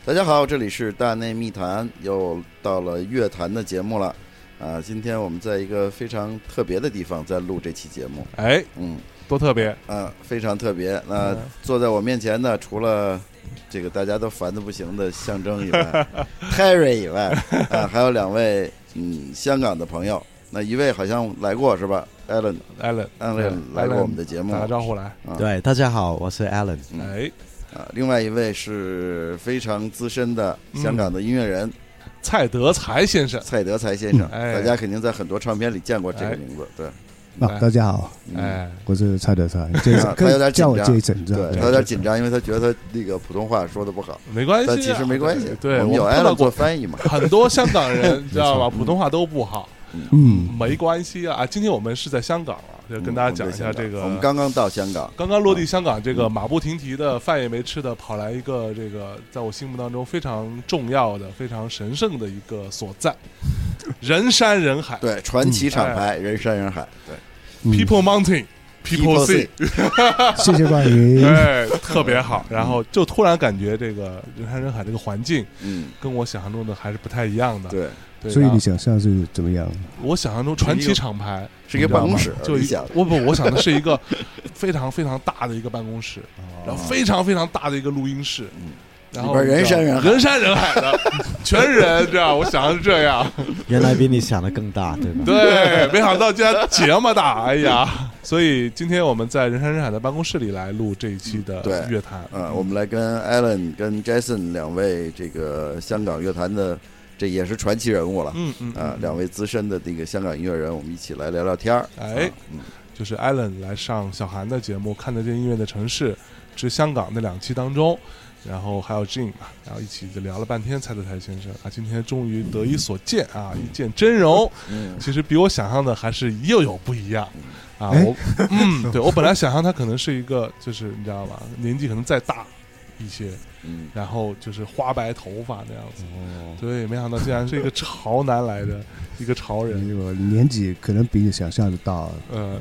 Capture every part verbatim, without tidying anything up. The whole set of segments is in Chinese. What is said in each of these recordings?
大家好，这里是大内密谈，又到了乐坛的节目了啊！今天我们在一个非常特别的地方在录这期节目， 哎， 嗯， 多特别啊，非常特别。那坐在我面前的，除了这个大家都烦得不行的象征以外，Terry 以外，啊，还有两位嗯香港的朋友。那一位好像来过是吧 ？Alan，Alan，Alan 来过我们的节目， 打个招呼来。 啊、 对，大家好，我是 Alan。 嗯、 哎。 啊，另外一位是非常资深的香港的音乐人、嗯、 蔡德才先生， 蔡德才先生、 嗯， 大家肯定在很多唱片里见过这个名字， 哎、 对。 啊，大家好， 哎， 我是蔡德才， 啊、他有点紧张， 对， 他有点紧张，因为他觉得他那个普通话说的不好， 没关系、啊， 但其实没关系， 对， 我们有 Alan 做翻译嘛， 很多香港人知道吧，普通话都不好， 嗯， 没关系啊。今天我们是在香港啊，就跟大家讲一下这个， 我们刚刚到香港， 刚刚落地香港，这个马不停蹄的，饭也没吃的，跑来一个这个在我心目当中非常重要的、非常神圣的一个所在，人山人海， 对，传奇厂牌，人山人海，对。 People Mountain, People Sea， 谢谢冠宇， 哎，特别好。然后就突然感觉这个人山人海这个环境， 嗯， 跟我想象中的还是不太一样的。 对， 对， 所以你想象是怎么样？ 我想象中传奇厂牌是一个办公室， 就一我不，我想的是一个非常非常大的一个办公室，然后非常非常大的一个录音室。 嗯， 然后人山人海， 人山人海的，全人这样，我想的是这样。 原来比你想的更大，对吧？ 对，没想到竟然这么大，哎呀！所以今天我们在人山人海的办公室里来录这一期的乐坛。 嗯，我们来跟 Alan 跟 Jason 两位这个香港乐坛的，这也是传奇人物了。 嗯嗯啊，两位资深的这个香港音乐人，我们一起来聊聊天儿。 哎，嗯，就是 Alan 来上小韩的节目《看得见音乐的城市之香港》那两期当中。然后还有 Jim 啊，然后一起就聊了半天，蔡德才先生啊，今天终于得以所见啊，一见真容。 嗯， 其实比我想象的还是又有不一样啊。我嗯，对我本来想象他可能是一个，就是你知道吧，年纪可能再大一些， 嗯， 然后就是花白头发那样子。 哦， 对，没想到竟然是一个潮男来的一个潮人。 我年纪可能比你想象的大。 嗯，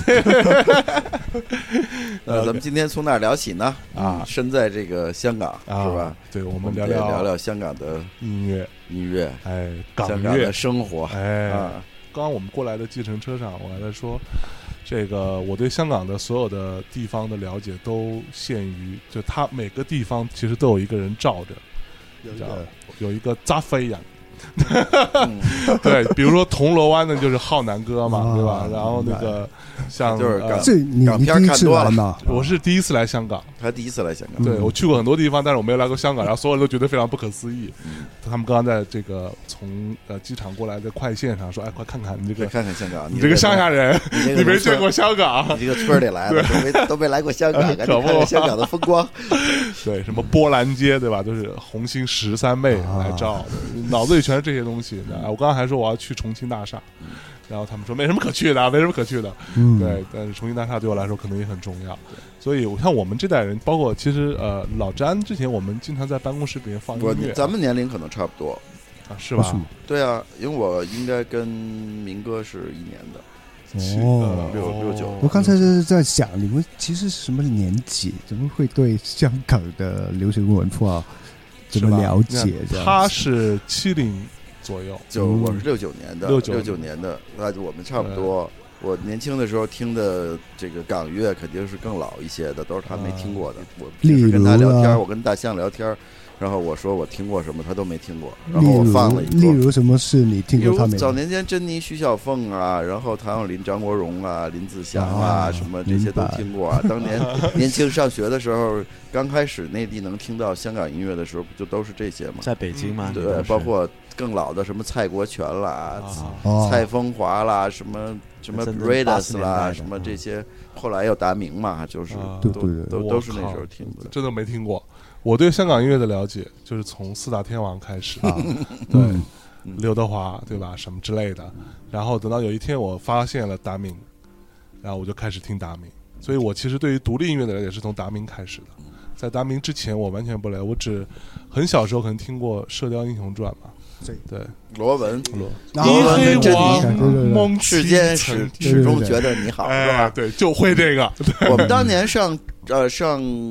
那咱们今天从哪儿聊起呢？ 啊， 身在这个香港， 啊、 是吧？ 对，我们聊聊聊聊香港的音乐， 音乐， 哎，港香港的生活， 哎。 啊， 刚刚我们过来的计程车上，我还在说，这个我对香港的所有的地方的了解都限于，就它每个地方其实都有一个人罩着， 有一个有一个扎飞呀。 嗯、 对，比如说铜锣湾的就是浩南哥嘛，对吧？然后那个像就是港、 呃、你港片看多了嘛， 我是第一次来香港， 他第一次来香港。 对，我去过很多地方，但是我没有来过香港，然后所有人都觉得非常不可思议。 嗯、 他们刚刚在这个从呃机场过来的快线上说：“哎，快看看你这个， 看看香港， 你这个乡下人，你, 你没见过香港， 你这个村里来的都没都没来过香港，赶紧看看香港的风光。” 对，什么波兰街，对吧？都是红星十三妹来照的，脑子里全是这些东西。啊，我刚刚还说我要去重庆大厦，然后他们说没什么可去的，没什么可去的。 嗯， 对，但是重庆大厦对我来说可能也很重要。所以，我像我们这代人，包括其实呃老詹之前，我们经常在办公室里面放音乐。 咱们年龄可能差不多啊，是吧？ 对啊，因为我应该跟民歌是一年的。 哦， 六六九。 我刚才是在想，你们其实是什么年纪？怎么会对香港的流行文化怎么了解？ 他是七零左右， 就我是六九年的， 六九六九年的，那就我们差不多。我年轻的时候听的这个港乐肯定是更老一些的，都是他没听过的。我平时跟他聊天，我跟大象聊天。然后我说我听过什么，他都没听过。然后我放了一个， 例如什么是你听过他没？ 早年间珍妮、徐小凤啊，然后谭咏麟、张国荣啊、林子祥啊，什么这些都听过啊。当年年轻上学的时候，刚开始内地能听到香港音乐的时候，不就都是这些吗？ 在北京吗？ 对，包括更老的什么蔡国权啦、啊、蔡枫华啦，什么什么 Raidas 啦，什么这些。后来又达明嘛，就是、 啊、 都都都是那时候听的， 真的没听过。我对香港音乐的了解就是从四大天王开始， 啊、 对、嗯，刘德华对吧，什么之类的。然后等到有一天我发现了达明，然后我就开始听达明。所以我其实对于独立音乐的了解是从达明开始的。在达明之前我完全不了解，我只很小时候可能听过《射雕英雄传》嘛。对， 罗文， 罗罗文跟珍妮， 梦世间始始终觉得你好，是吧？ 对，就会这个。 我们当年上呃上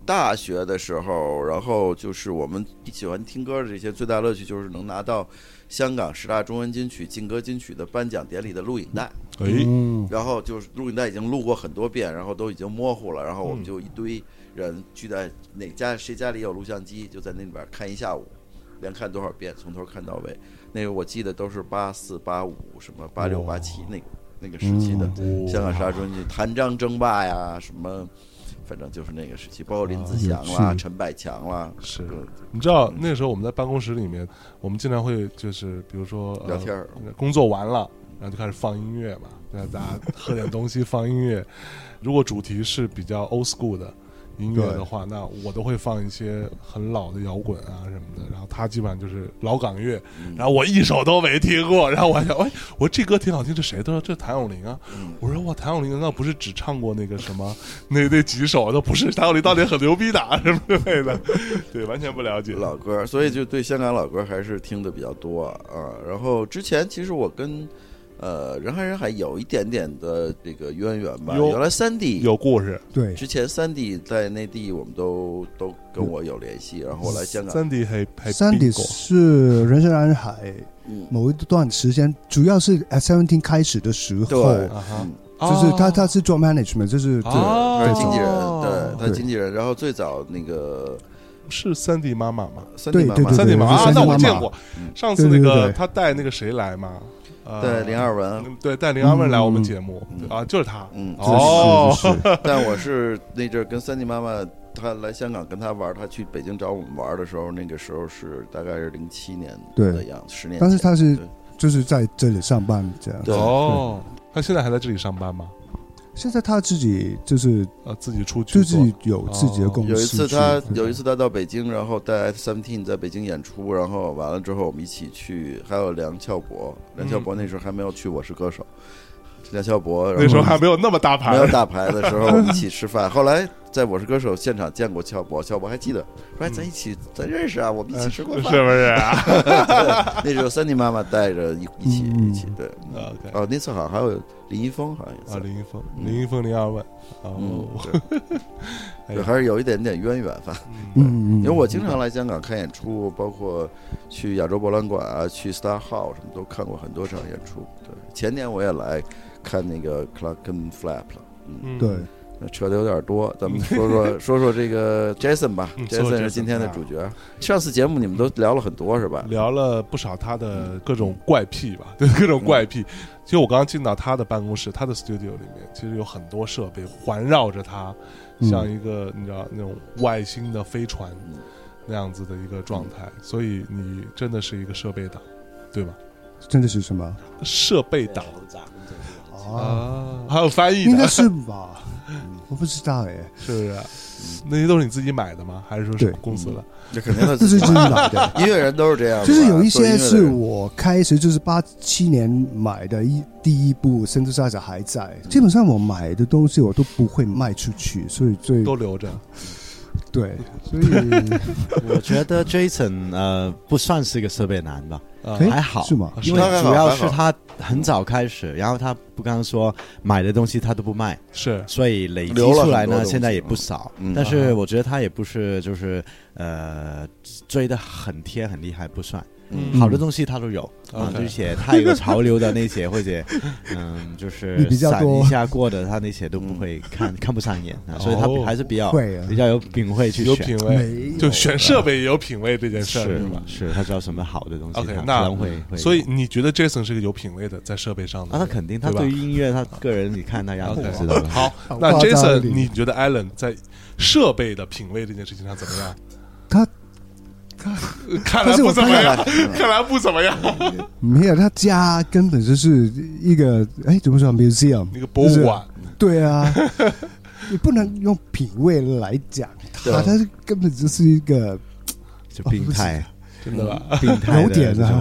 大学的时候，然后就是我们喜欢听歌的这些最大乐趣就是能拿到香港十大中文金曲劲歌金曲的颁奖典礼的录影带。 哎， 然后就是录影带已经录过很多遍，然后都已经模糊了，然后我们就一堆人聚在哪家谁家里有录像机，就在那里边看一下午，连看多少遍，从头看到尾。那个我记得都是八四八五什么八六八七那个那个时期的香港十大中文金曲，谭张争霸呀什么。反正就是那个时期，包括林子祥啦、陈百强啦。 是，你知道那时候我们在办公室里面，我们经常会就是比如说、呃、 聊天， 工作完了，然后就开始放音乐嘛，让大家喝点东西，放音乐。如果主题是比较 old school 的音乐的话，那我都会放一些很老的摇滚啊什么的，然后他基本上就是老港乐， 嗯、 然后我一首都没听过，然后我还想，哎，我说这歌挺好听，这谁的？这谭咏麟啊！ 嗯、 我说哇，谭咏麟难道不是只唱过那个什么那那几首都不是？谭咏麟到底很牛逼的什么之类的？对，完全不了解老歌，所以就对香港老歌还是听的比较多啊。然后之前其实我跟。呃，人海人海有一点点的这个渊源吧。原来三弟有故事， 对， 之前三弟在内地，我们都都跟我有联系，然后我来香港。 三弟还还三弟是人山人海，某一段时间，主要是 at seventeen 开始的时候， 对， 嗯就是他他是做 management， 就是对， 他是经纪人，对，他是经纪人。然后最早那个。 是三弟妈妈吗？ 三弟妈妈， 三弟妈妈啊，那我见过。上次那个他带那个谁来嘛？ 对，林二文， 对，带林二文来我们节目啊，就是他。 嗯， 哦， 但我是那阵跟三弟妈妈，他来香港跟他玩，他去北京找我们玩的时候，那个时候是大概是零七年的样子，十年。 但是他是就是在这里上班这样。 哦，他现在还在这里上班吗？ 现在他自己就是呃自己出去， 就是有自己的公司。 有一次他有一次他到北京，然后带 At Seventeen 在北京演出，然后完了之后我们一起去，还有梁翘柏，梁翘柏那时候还没有去《我是歌手》，梁翘柏那时候还没有那么大牌， 没有大牌的时候，我们一起吃饭。后来在我是歌手现场见过翘柏，翘柏还记得，说哎咱一起咱认识啊，我们一起吃过饭， 是不是？ 那时候三弟妈妈带着一一起一起对。 OK， 哦，那次好像还有林一峰，好像也啊，林一峰，林一峰，林二问，哦， 对，还是有一点点渊源吧。嗯，因为我经常来香港看演出，包括去亚洲博览馆啊，去 Star Hall 什么都看过很多场演出。对，前年我也来看那个 Clockenflap 了。 嗯，对。 扯的有点多，咱们说说说说这个 Jason 吧。Jason 是今天的主角。上次节目你们都聊了很多是吧？ 聊了不少他的各种怪癖吧，对，各种怪癖。其实我刚刚进到他的办公室，他的 studio 里面，其实有很多设备环绕着他，像一个你知道那种外星的飞船那样子的一个状态。所以你真的是一个设备党，对吧？ 真的是什么？ 设备党啊，还有翻译的， 应该是吧？我不知道哎， 是不是？那些都是你自己买的吗？还是说是公司的？ 这肯定是自己买的。 音乐人都是这样， 就是有一些是我开始就是八七年买的，一第一部synthesizer还在。基本上我买的东西我都不会卖出去，所以最都留着。 对，所以我觉得 Jason 呃不算是一个设备男吧， 呃、 还好是吗？ 因为主要是他很早开始，然后他不刚刚说买的东西他都不卖， 是， 所以累积出来呢现在也不少。嗯、但是我觉得他也不是就是呃追得很贴很厉害，不算。嗯，好的东西他都有啊，而且太有潮流的那些或者嗯，就是闪一下过的，他那些都不会看看不上眼啊，所以他还是比较比较有品味去选， 有品味，就选设备也有品味这件事是吧？是他知道什么好的东西。 OK， 那会所以你觉得 Jason 是个有品味的在设备上的？ 啊，他肯定，他对于音乐，他个人你看他样子知道了。 好，那 Jason 你觉得 Alan 在设备的品味这件事情上怎么样？ 他。 看来不怎么样，看来不怎么样。 没有，他家根本就是一个哎，怎么说 museum， 一个博物馆。 对啊，你不能用品味来讲他，他根本就是一个就病态， 真的吧？ 病态有点啊。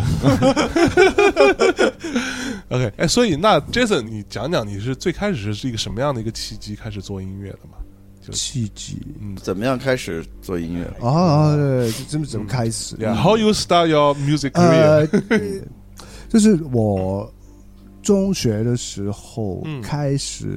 OK， 哎，所以那 Jason， 你讲讲你是最开始是一个什么样的一个契机开始做音乐的吗？ 契机， 嗯，怎么样开始做音乐？ 啊，对，怎么怎么开始、 嗯、？Yeah, how you start your music career？、 呃、就是我中学的时候开始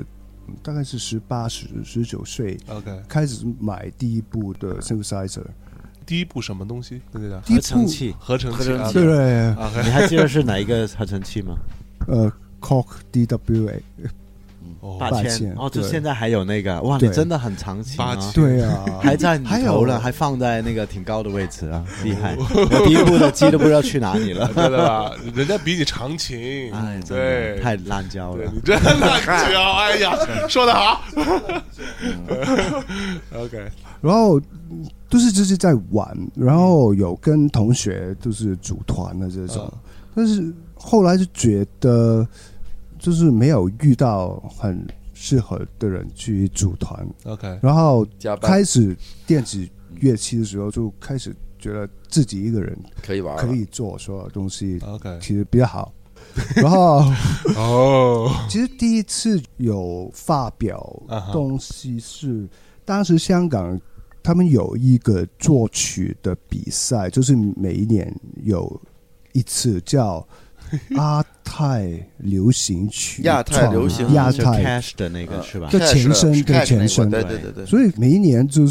大概是十八、十十九岁 ，OK， 开始买第一部的 synthesizer。 第一部什么东西？那个叫合成器， 合成器， 合成器对对。 OK， 你还记得是哪一个合成器吗？ 呃 ，Korg D W A。 八千哦，就现在还有那个哇，你真的很长情啊！ 对啊， 还在你头了，还放在那个挺高的位置啊，厉害！我第一部的机都不知道去哪里了， 对吧？人家比你长情， 哎， 对， 太滥交了， 你真滥交！哎呀，说得好。OK， 然后都是就是在玩，然后有跟同学就是组团的这种，但是后来就觉得。就是没有遇到很适合的人去组团 ，OK， 然后开始电子乐器的时候，就开始觉得自己一个人可以玩， 可以做所有东西 ，OK， 其实比较好。然后哦， 其实第一次有发表东西是当时香港他们有一个作曲的比赛，就是每一年有一次叫。阿泰流行曲， 亚太流行， 亚太 Cash 的那个是吧？ 就前身，对前身， 对对对对。 所以每一年就是，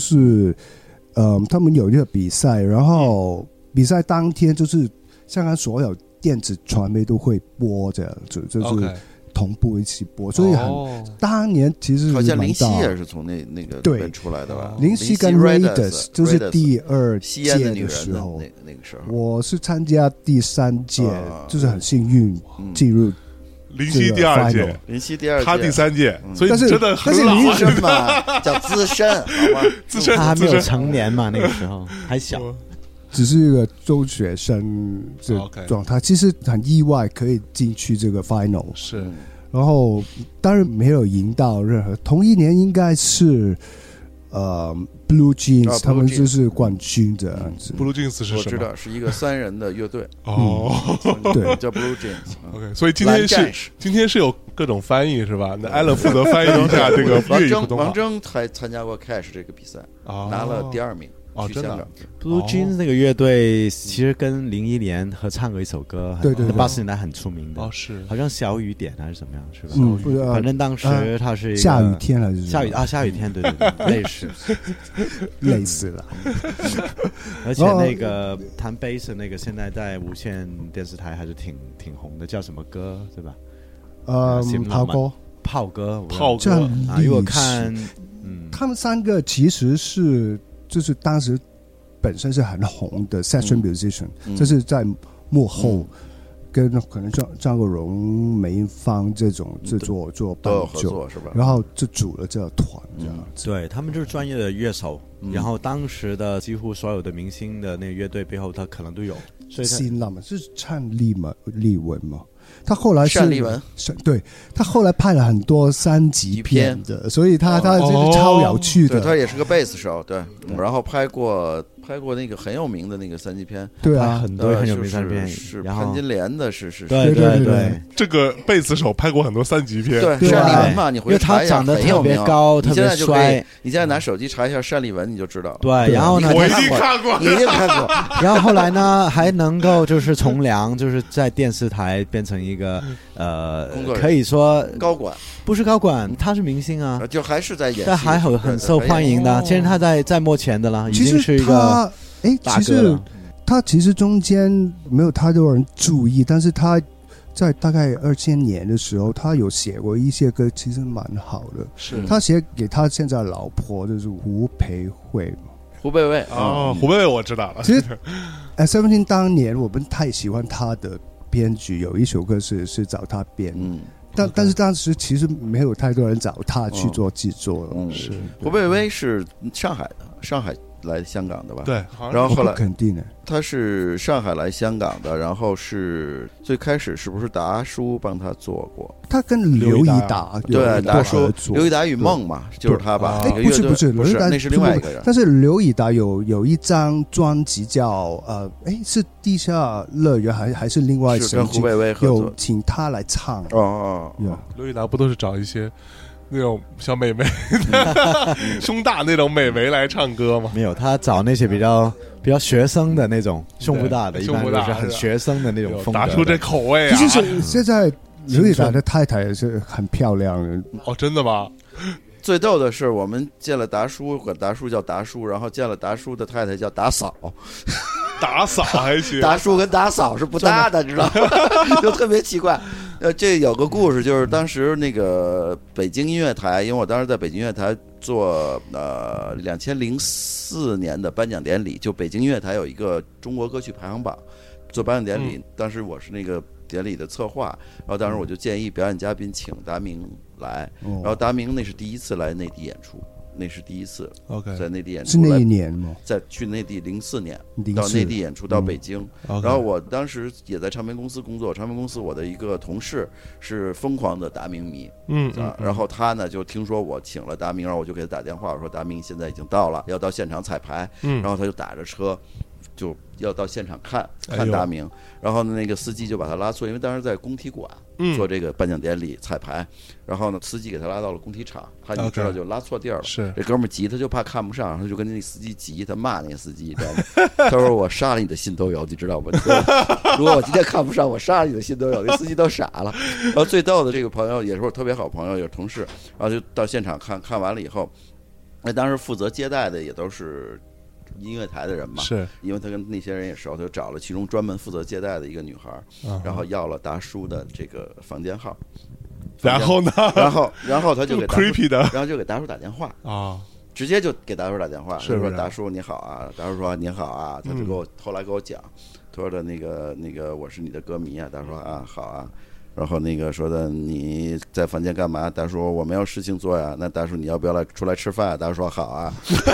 呃，他们有一个比赛，然后比赛当天就是香港所有电子传媒都会播这样子，就是同步一起播，所以很、哦、当年其实好像林夕也是从那那个里面出来的吧？ 林夕跟 Raiders 就是第二届的时候， 那那个时候我是参加第三届，啊、就是很幸运进入。 林夕第二届， 林夕第二届， 他第三届， 嗯、 所以真的很老资深嘛，叫资深，好吗？ 资深， 他还没有成年嘛，那个时候还小。 只是一个中学生这状态， okay. 其实很意外可以进去这个 final， 是， 然后当然没有赢到任何。同一年应该是呃 Blue Jeans、哦、他们就是冠军这样子。 Blue Jeans 是什么？ 我知道是一个三人的乐队哦、 嗯，对，叫 Blue Jeans。OK， 所以今天是今天是有各种翻译是吧？那艾伦负责翻译一下这个粤语普通话。 王铮还参加过 Cash 这个比赛， 哦、 拿了第二名。 哦，真的 ，Blue Jeans 那个乐队其实跟零一年合唱过一首歌， 对对， 八十年代很出名的， 哦是， 好像小雨点还是怎么样，是吧？ 嗯，不知道， 反正当时他是一个下雨天还是下雨啊，下雨天，对对对，类似， 类似了。 而且那个弹贝斯那个现在在无线电视台还是挺挺红的，叫什么歌，对吧？ 呃，炮哥， 炮哥， 炮哥啊！如果看， 嗯，他们三个其实是。就是当时本身是很红的 session musician，嗯，这是在幕后跟可能张张国荣、梅艳芳这种制作做伴奏是吧？ 然后就组了这个团这样子。 对，他们就是专业的乐手，嗯，然后当时的几乎所有的明星的那个乐队背后，他可能都有。所以新浪嘛，是唱立嘛立文嘛。他后来是单立文， 对他后来拍了很多三级片的，所以他他就是超有趣的。 对，他也是个贝斯手，对，然后拍过拍过那个很有名的那个三级片， 对啊， 很多很有名三级片， 是潘金莲的，是是， 对对对， 这个贝斯手拍过很多三级片， 对，单立文嘛，你回去查一下， 因为他长得特别高，特别帅， 你现在拿手机查一下单立文，你就知道了。 对，然后呢， 我一定看过， 你一定看过。 然后后来呢，还能够就是从良，就是在电视台变成一个。呃，可以说高管不是高管，他是明星啊， 就还是在演戏， 但还很很受欢迎的。其实他在在幕前的了，已经是一个哎，其实他其实中间没有太多人注意，但是他在大概二千年的时候，他有写过一些歌，其实蛮好的。 是他写给他现在老婆，就是胡培慧。 胡贝贝哦，胡贝贝我知道了。 其实哎 ，Seventeen 当年我们太喜欢他的。编剧有一首歌是是找他编，嗯，但、okay. 但是当时其实没有太多人找他去做制作， 嗯，是胡贝薇是上海的，上海来香港的吧？ 对， 然后后来肯定的， 他是上海来香港的，然后是最开始是不是达叔帮他做过？ 他跟刘以达对达叔，刘以达与梦嘛，就是他吧？那个乐队不是不是， 那是另外一个人。 但是刘以达有有一张专辑叫呃，哎，是地下乐园还还是另外是跟胡贝薇合作， 有请他来唱哦哦。 刘以达不都是找一些？那种小美眉胸大那种美眉来唱歌吗？ 没有，他找那些比较比较学生的那种胸部大的，一般就是很学生的那种风格， 打出这口味啊！ 其实现在刘以达的太太也是很漂亮的哦，真的吗？ 最逗的是，我们见了达叔，管达叔叫达叔，然后见了达叔的太太叫达嫂。 打扫还行， 达叔跟达嫂是不搭的，知道吗？就特别奇怪。呃，这有个故事，就是当时那个北京音乐台，因为我当时在北京音乐台做呃两千零四年的颁奖典礼，就北京音乐台有一个中国歌曲排行榜，做颁奖典礼，嗯、当时我是那个典礼的策划，然后当时我就建议表演嘉宾请达明来，然后达明那是第一次来内地演出。那是第一次 ，OK， 在内地演出是那一年吗？ 在去内地零四年到内地演出到北京， 嗯 okay. 然后我当时也在唱片公司工作，唱片公司我的一个同事是疯狂的达明迷， 嗯啊，然后他呢就听说我请了达明，然后我就给他打电话，我说达明现在已经到了，要到现场彩排， 嗯， 然后他就打着车。就要到现场看看达明，哎、然后呢，那个司机就把他拉错，因为当时在工体馆做这个颁奖典礼彩排，嗯、然后呢，司机给他拉到了工体场，他就知道就拉错地儿了。 是、okay. 这哥们儿急，他就怕看不上，他就跟那司机急，他骂那个司机，知道吗？他说我杀了你的心都有，你知道吗？如果我今天看不上，我杀了你的心都有。那司机都傻了。然后最逗的这个朋友也是我特别好朋友，也是同事，然后就到现场看看完了以后，那当时负责接待的也都是。音乐台的人嘛， 是因为他跟那些人也熟，他就找了其中专门负责接待的一个女孩，uh-huh. 然后要了达叔的这个房间号， 然后呢， 然后然后他就给达叔 creepy 的， 然后就给达叔打电话啊， 直接就给达叔打电话， 是说达叔你好啊，达叔说你好啊，他就给我、嗯、后来给我讲，他说的那个那个我是你的歌迷啊，达叔说啊好啊。然后那个说的你在房间干嘛？达叔说我没有事情做呀。那达叔你要不要来出来吃饭？达叔说好啊。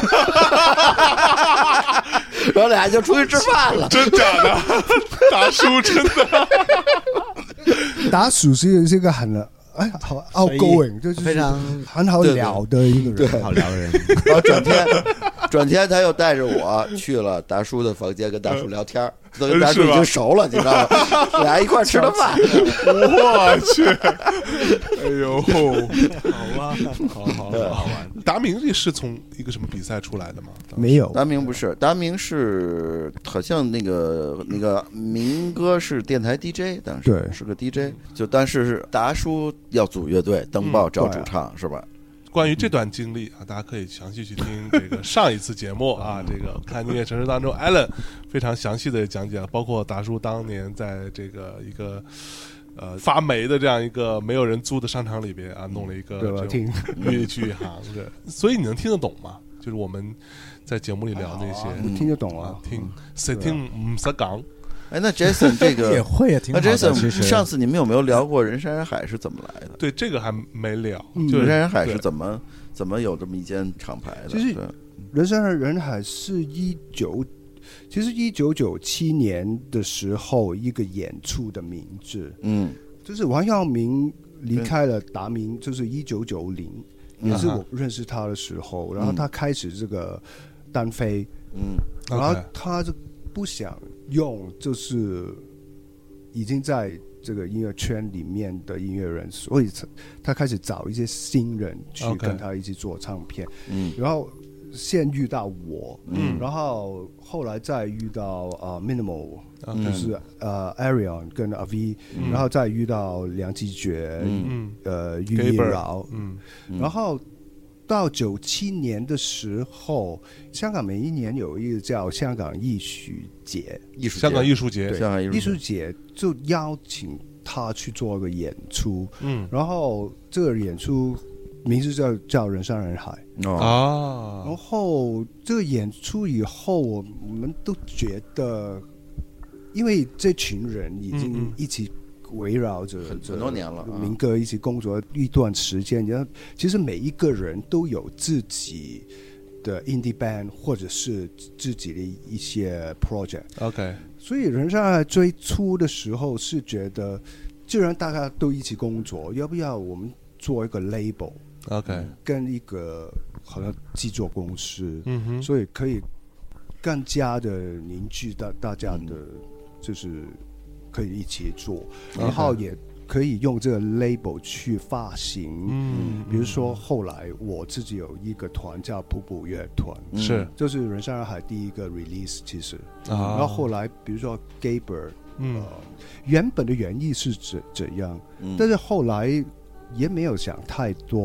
然后俩就出去吃饭了。 真假的？达叔真的？ 达叔是是一个很哎好 outgoing， 就是非常很好聊的一个人， 对对对好聊的人。 然后转天转天他又带着我去了达叔的房间，跟达叔聊天。都跟达叔已经熟了，你知道吗？俩一块吃了饭。 我去！哎呦，好啊，好好好玩。达明这是从一个什么比赛出来的吗？ 没有， 达明不是，达明是好像那个那个民歌是电台 D J， 当时对是个 D J， 就但是是达叔要组乐队登报找主唱、嗯、是吧？ 关于这段经历啊，大家可以详细去听这个上一次节目啊，这个看音乐城市当中 Alan 非常详细的讲解，包括达叔当年在这个一个呃发霉的这样一个没有人租的商场里边啊，弄了一个这种乐剧行的，所以你能听得懂吗？就是我们在节目里聊那些， 啊、听得懂啊，听谁听唔识讲。 哎，那 Jason 这个也会也挺好的。 那 Jason 上次你们有没有聊过人山人海是怎么来的？ 对，这个还没聊。 嗯、就人山人海是怎么怎么有这么一间厂牌的？ 其实人山人海是一九，其实一九九七年的时候一个演出的名字， 嗯， 就是王耀明离开了达明，就是一九九零，也是我认识他的时候，嗯、然后他开始这个单飞， 嗯， 然后他就不想用，就是已经在这个音乐圈里面的音乐人，所以他开始找一些新人去跟他一起做唱片。 嗯， 然后先遇到我， 嗯， 然后后来再遇到呃 Minimal，、 嗯、 就是呃 Arion 跟 Avi，、嗯、然后再遇到梁继觉， 嗯， 呃郁一饶， 嗯， 然后到九七年的时候，香港每一年有一个叫香港艺术节， 艺术香港艺术节， 香港艺术节就邀请他去做个演出， 嗯， 然后这个演出名字叫叫人山人海啊， 然后这个演出以后，我们都觉得，因为这群人已经一起围绕着很多年了， 民歌一起工作一段时间，然后其实每一个人都有自己的 indie band 或者是自己的一些 project。OK， 所以人山人海最初的时候是觉得，既然大家都一起工作，要不要我们做一个 label？OK， 跟一个好像制作公司， 嗯哼， 所以可以更加的凝聚大大家的，就是可以一起做， 嗯、 然后也可以用这个 label 去发行。 嗯， 比如说后来我自己有一个团叫普普乐团， 是， 就是人山人海第一个 release， 其实， 啊、 然后后来比如说 Gaber， 嗯、 呃，原本的原意是怎怎样， 嗯、 但是后来也没有想太多，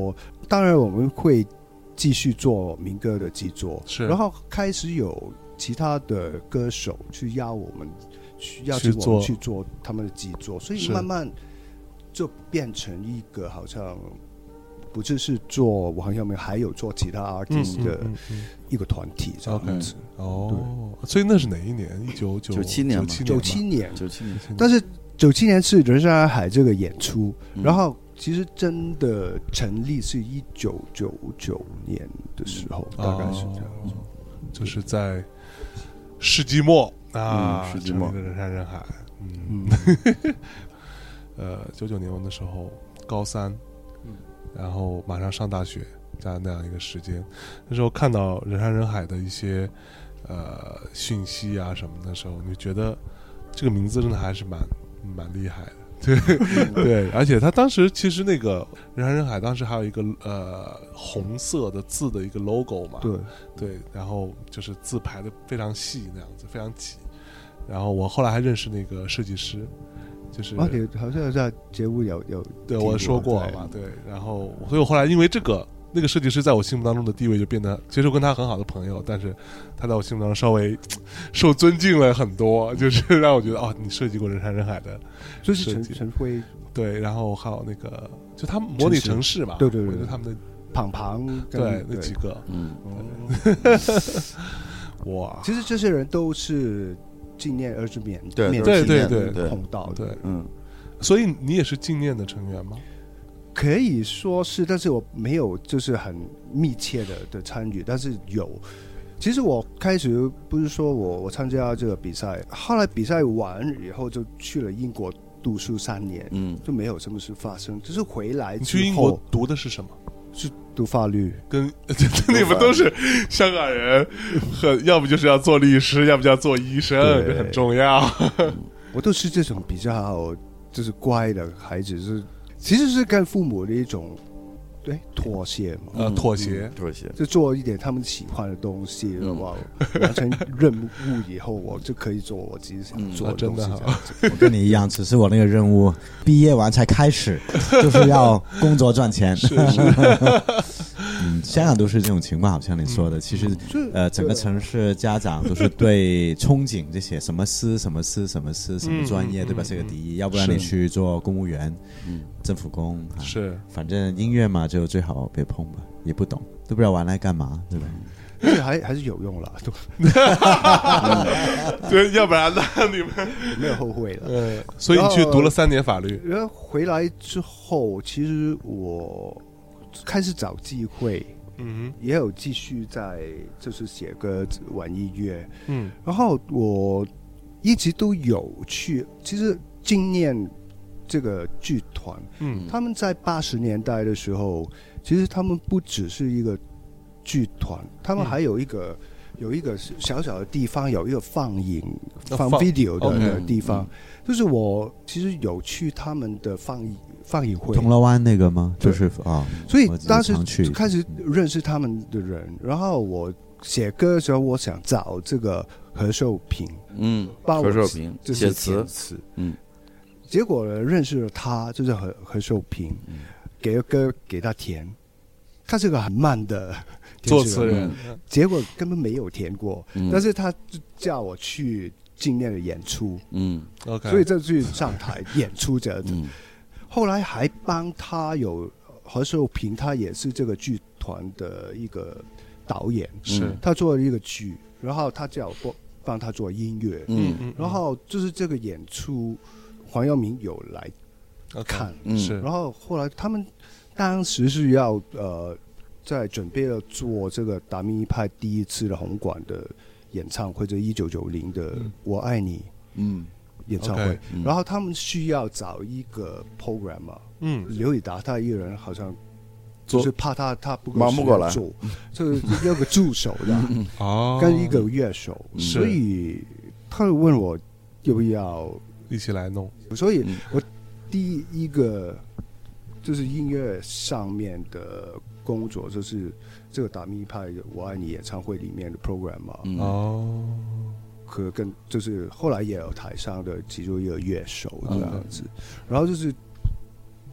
当然我们会继续做民歌的制作， 是， 然后开始有其他的歌手去邀我们，去邀请我们去做他们的制作，所以慢慢就变成一个好像不只是做黄耀明，还有做其他 artist 的一个团体这样子。 嗯嗯嗯、哦，所以那是哪一年？一九九七年， 九七年， 九七年。 但是九七年是人山人海这个演出，嗯、然后其实真的成立是一九九九年的时候，嗯、大概是这样子， 哦、就是在世纪末啊， 嗯、世纪末的人山人海。嗯，嗯呃，九九年我那时候高三。然后马上上大学，加那样一个时间，那时候看到人山人海的一些呃讯息啊什么的时候，你觉得这个名字真的还是蛮蛮厉害的，对对，而且他当时其实那个人山人海当时还有一个呃红色的字的一个 logo 嘛， 对对，然后就是字排的非常细那样子，非常挤，然后我后来还认识那个设计师。就是啊，你好像在节目有有对我说过嘛，对，然后所以我后来因为这个那个设计师在我心目当中的地位就变得，其实我跟他很好的朋友，但是他在我心目当中稍微受尊敬了很多，就是让我觉得哦，你设计过人山人海的设计， 就是陈陈辉， 对，然后还有那个就他们模拟城市嘛， 对对对， 他们的庞庞对那几个， 嗯， 哇， 其实这些人都是。纪念二十年， 对对对对对， 碰到对，嗯，所以你也是纪念的成员吗？ 可以说是，但是我没有就是很密切的的参与，但是有。其实我开始不是说我我参加这个比赛，后来比赛完以后就去了英国读书三年，嗯，就没有什么事发生，只是回来之后。 你去英国读的是什么？ 是读法律， 跟你们都是香港人，很要不就是要做律师，要不就要做医生，这很重要。 我都是这种比较就是乖的孩子，是其实是跟父母的一种对妥协嘛， 呃，妥协， 嗯、妥协， 就做一点他们喜欢的东西，好不好？完成任务以后，我就可以做我自己想做的东西。 嗯啊、 这样子， 我跟你一样，只是我那个任务毕业完才开始，就是要工作赚钱。 是是嗯，香港都是这种情况，好像你说的，嗯、其实呃，整个城市家长都是对憧憬这些什么师、什么师、什么师、什么专业，嗯、对吧？这个第一，要不然你去做公务员，嗯，政府工，啊、 是， 反正音乐嘛，就最好别碰吧，也不懂，都不知道玩来干嘛，对吧？ 但是还还是有用了， 对，要不然呢，你们没有后悔了。 呃，所以你去读了三年法律， 然后回来之后，其实我开始找机会，嗯，也有继续在就是写歌、玩音乐，嗯，然后我一直都有去，其实经验这个剧团，嗯，他们在八十年代的时候，其实他们不只是一个剧团，他们还有一个、嗯、有一个小小的地方，有一个放映、哦、放 video 的地方， okay, 嗯、就是我其实有去他们的放映放映会， 铜锣湾那个吗？就是啊， 所以当时就开始认识他们的人，然后我写歌的时候，我想找这个何寿平， 嗯， 帮何寿平写词词，嗯，结果呢认识了他，就是何何寿平，嗯、给个歌给他填，他是个很慢的作词人， 嗯、结果根本没有填过，嗯、但是他就叫我去纪念的演出，嗯 ，OK， 所以就去上台演出这样子，嗯、后来还帮他有何寿平，他也是这个剧团的一个导演， 是他做了一个剧，然后他叫我帮他做音乐，嗯，然后就是这个演出，黄耀明有来看， okay, 是， 然后后来他们当时是要呃。在准备了做这个达明一派第一次的红馆的演唱会，这一九九零的《我爱你》嗯演唱会，嗯 okay, 然后他们需要找一个 program 嘛，嗯，刘以达他一个人好像就是怕他他不忙不过来做，就是有个助手的哦，跟一个乐手，所以他就问我要不要一起来弄， 所以我第一个就是音乐上面的工作，就是这个达明一派的《我爱你》演唱会里面的 program 嘛。哦，可跟就是后来也有台上的其中一个乐手这样子，嗯、然后就是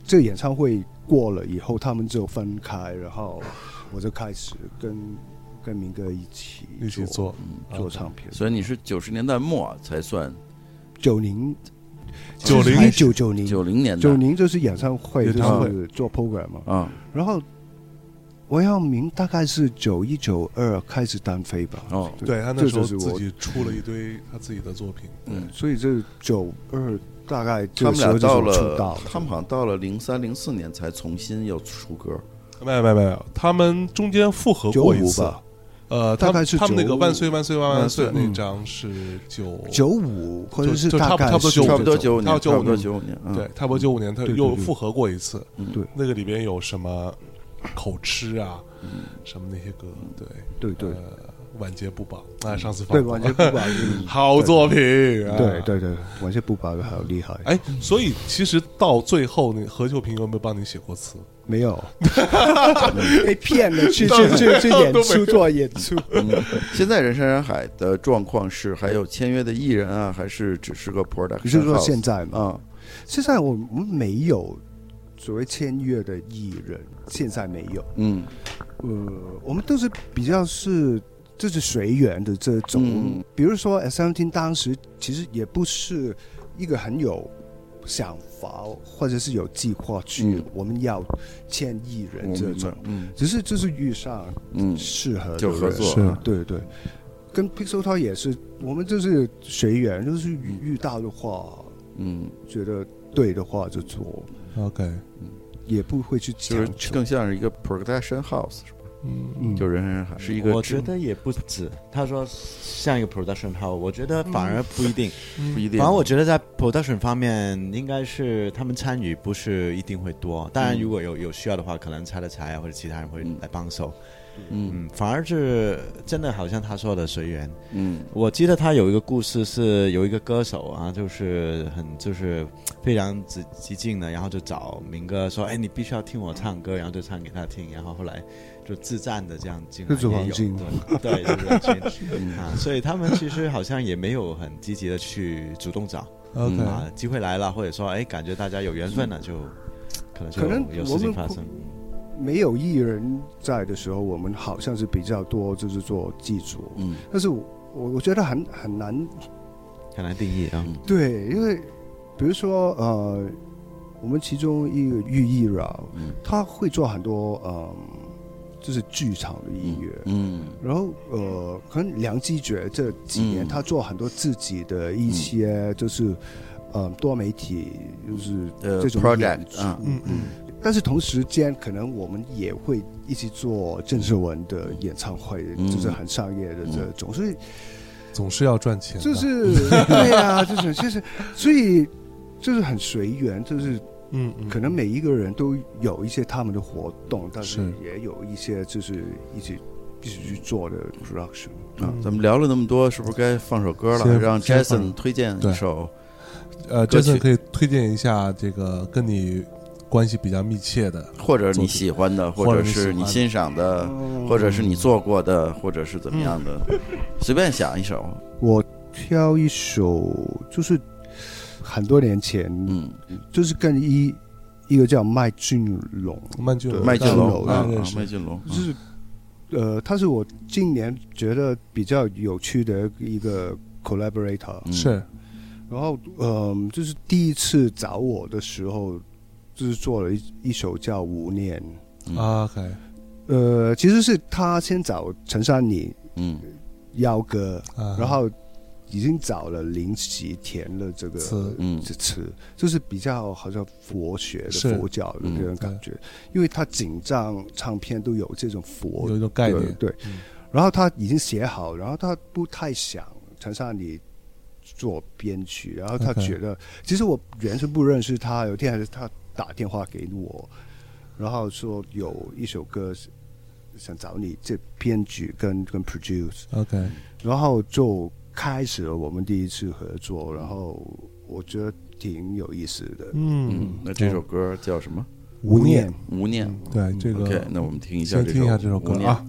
这演唱会过了以后，他们就分开，然后我就开始跟跟明哥一起一起做、 嗯、做唱片。 所以你是九十年代末才算九零九零九九零九零年代九零就是演唱会，就是做 program 嘛。 啊， 然后王耀明大概是九一九二开始单飞吧。 哦， 对他那时候自己出了一堆他自己的作品。 嗯， 所以这九二大概他们俩到了， 到他们好像到了零三零四年才重新又出歌。 没有没有没有，他们中间复合过一次吧。 呃， 大概是他们那个万岁万岁万万岁那张是九九五，或者是大概差不多差不多九五年， 差不多九五年， 对，差不多九五年他又复合过一次。对，那个里边有什么口吃啊，什么那些歌，对对对， 晚节不保啊，上次放对晚节不保， 好作品， 对对对，晚节不保好厉害。 哎，所以其实到最后，那何秀萍有没有帮你写过词？ 没有，被骗了，去去去去演出做演出。 嗯，现在人山人海的状况是还有签约的艺人啊，还是只是个 production？ 你是说现在吗？ 啊， 现在我们没有所谓签约的艺人，现在没有。嗯，呃，我们都是比较是就是随缘的这种。嗯、比如说 S M T 当时其实也不是一个很有想法或者是有计划去、嗯、我们要签艺人这种，嗯，只是就是遇上适合的人、嗯、 就合作， 是，对对。跟 Pixel Talk 也是，我们就是随缘，就是遇到的话，嗯，觉得对的话就做 ，OK， 嗯，也不会去强求， 就是更像是一个 production house，是吧？嗯，就人人还是一个， 我觉得也不止。他说像一个 production house， 我觉得反而不一定， 嗯、不一定。 反而我觉得在 production 方面，应该是他们参与不是一定会多。当然，如果有有需要的话，可能拆的柴啊，或者其他人会来帮手。嗯, 嗯，反而是真的好像他说的随缘。嗯，我记得他有一个故事是有一个歌手啊，就是很就是非常激激进的，然后就找明哥说：“哎，你必须要听我唱歌。”然后就唱给他听，然后后来就自赞的这样进来也有，对，对，就是啊，所以他们其实好像也没有很积极的去主动找。 OK， 啊，机会来了，或者说哎，感觉大家有缘分了，就可能就有事情发生。 没有艺人在的时候，我们好像是比较多就是做技术，嗯，但是我我觉得很很难很难定义啊。 对，因为比如说呃，我们其中一个玉一饶，嗯，他会做很多呃，就是剧场的音乐，嗯，然后呃，可能梁基觉这几年、嗯、他做很多自己的一些就是呃多媒体，就是这种演出，呃、嗯嗯。但是同时间，可能我们也会一起做郑世文的演唱会，嗯、就是很商业的这种，所以总是要赚钱， 就是对啊，就是就是所以就是很随缘，就是嗯，可能每一个人都有一些他们的活动，但是也有一些就是一起一起去做的 production 啊。咱们聊了那么多，是不是该放首歌了？让 Jason 推荐一首， 呃 ，Jason 可以推荐一下这个跟你关系比较密切的， 或者你喜欢的，或者是你欣赏的，或者是你做过的，或者是怎么样的，嗯、随便想一首。 我挑一首，就是很多年前，嗯，就是跟一一个叫麦浚龙， 麦浚龙， 麦浚龙啊， 麦浚龙， 就是呃，他是我今年觉得比较有趣的一个 collaborator，、 嗯、是， 然后呃，就是第一次找我的时候。就是做了一一首叫《无念》 啊 ，OK， 呃，其实是他先找陈珊妮，嗯，邀歌，啊、然后已经找了林夕填了这个词，嗯，这词就是比较好像佛学的佛教的这种感觉，嗯、因为他整张唱片都有这种佛有一种概念， 对，嗯、然后他已经写好，然后他不太想陈珊妮做编曲，然后他觉得， okay. 其实我原先不认识他，有一天还是他打电话给我，然后说有一首歌想找你这编曲跟跟 produce，OK， 然后就开始了我们第一次合作，然后我觉得挺有意思的。 嗯，那这首歌叫什么？ 无念， 无念。 对，这个 OK， 那我们听一下这首， 先听一下这首歌啊。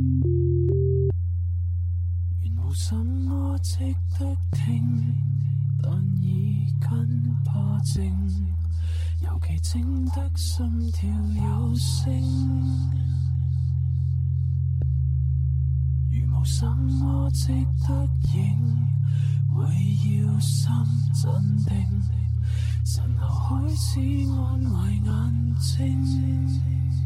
原無什麼值得聽， 但已跟怕靜，尤其靜得心跳有聲，如無什麼值得認，為要心鎮定，神流開始安慰眼睛，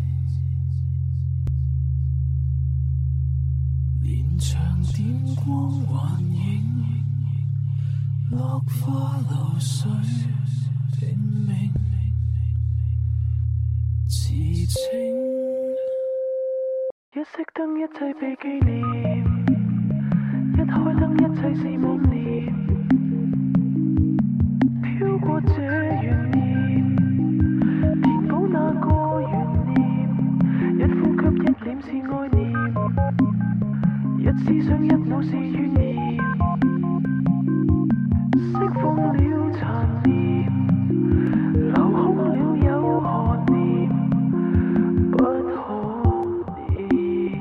連場點光幻影，落花流水拼命刺青，一熄燈一切被紀念，一開燈一切是妄念，飄過這懸念，填補那個懸念，一呼吸一臉是愛念，一思想一腦是怨念，釋放了殘念，留空了有何念，不可念。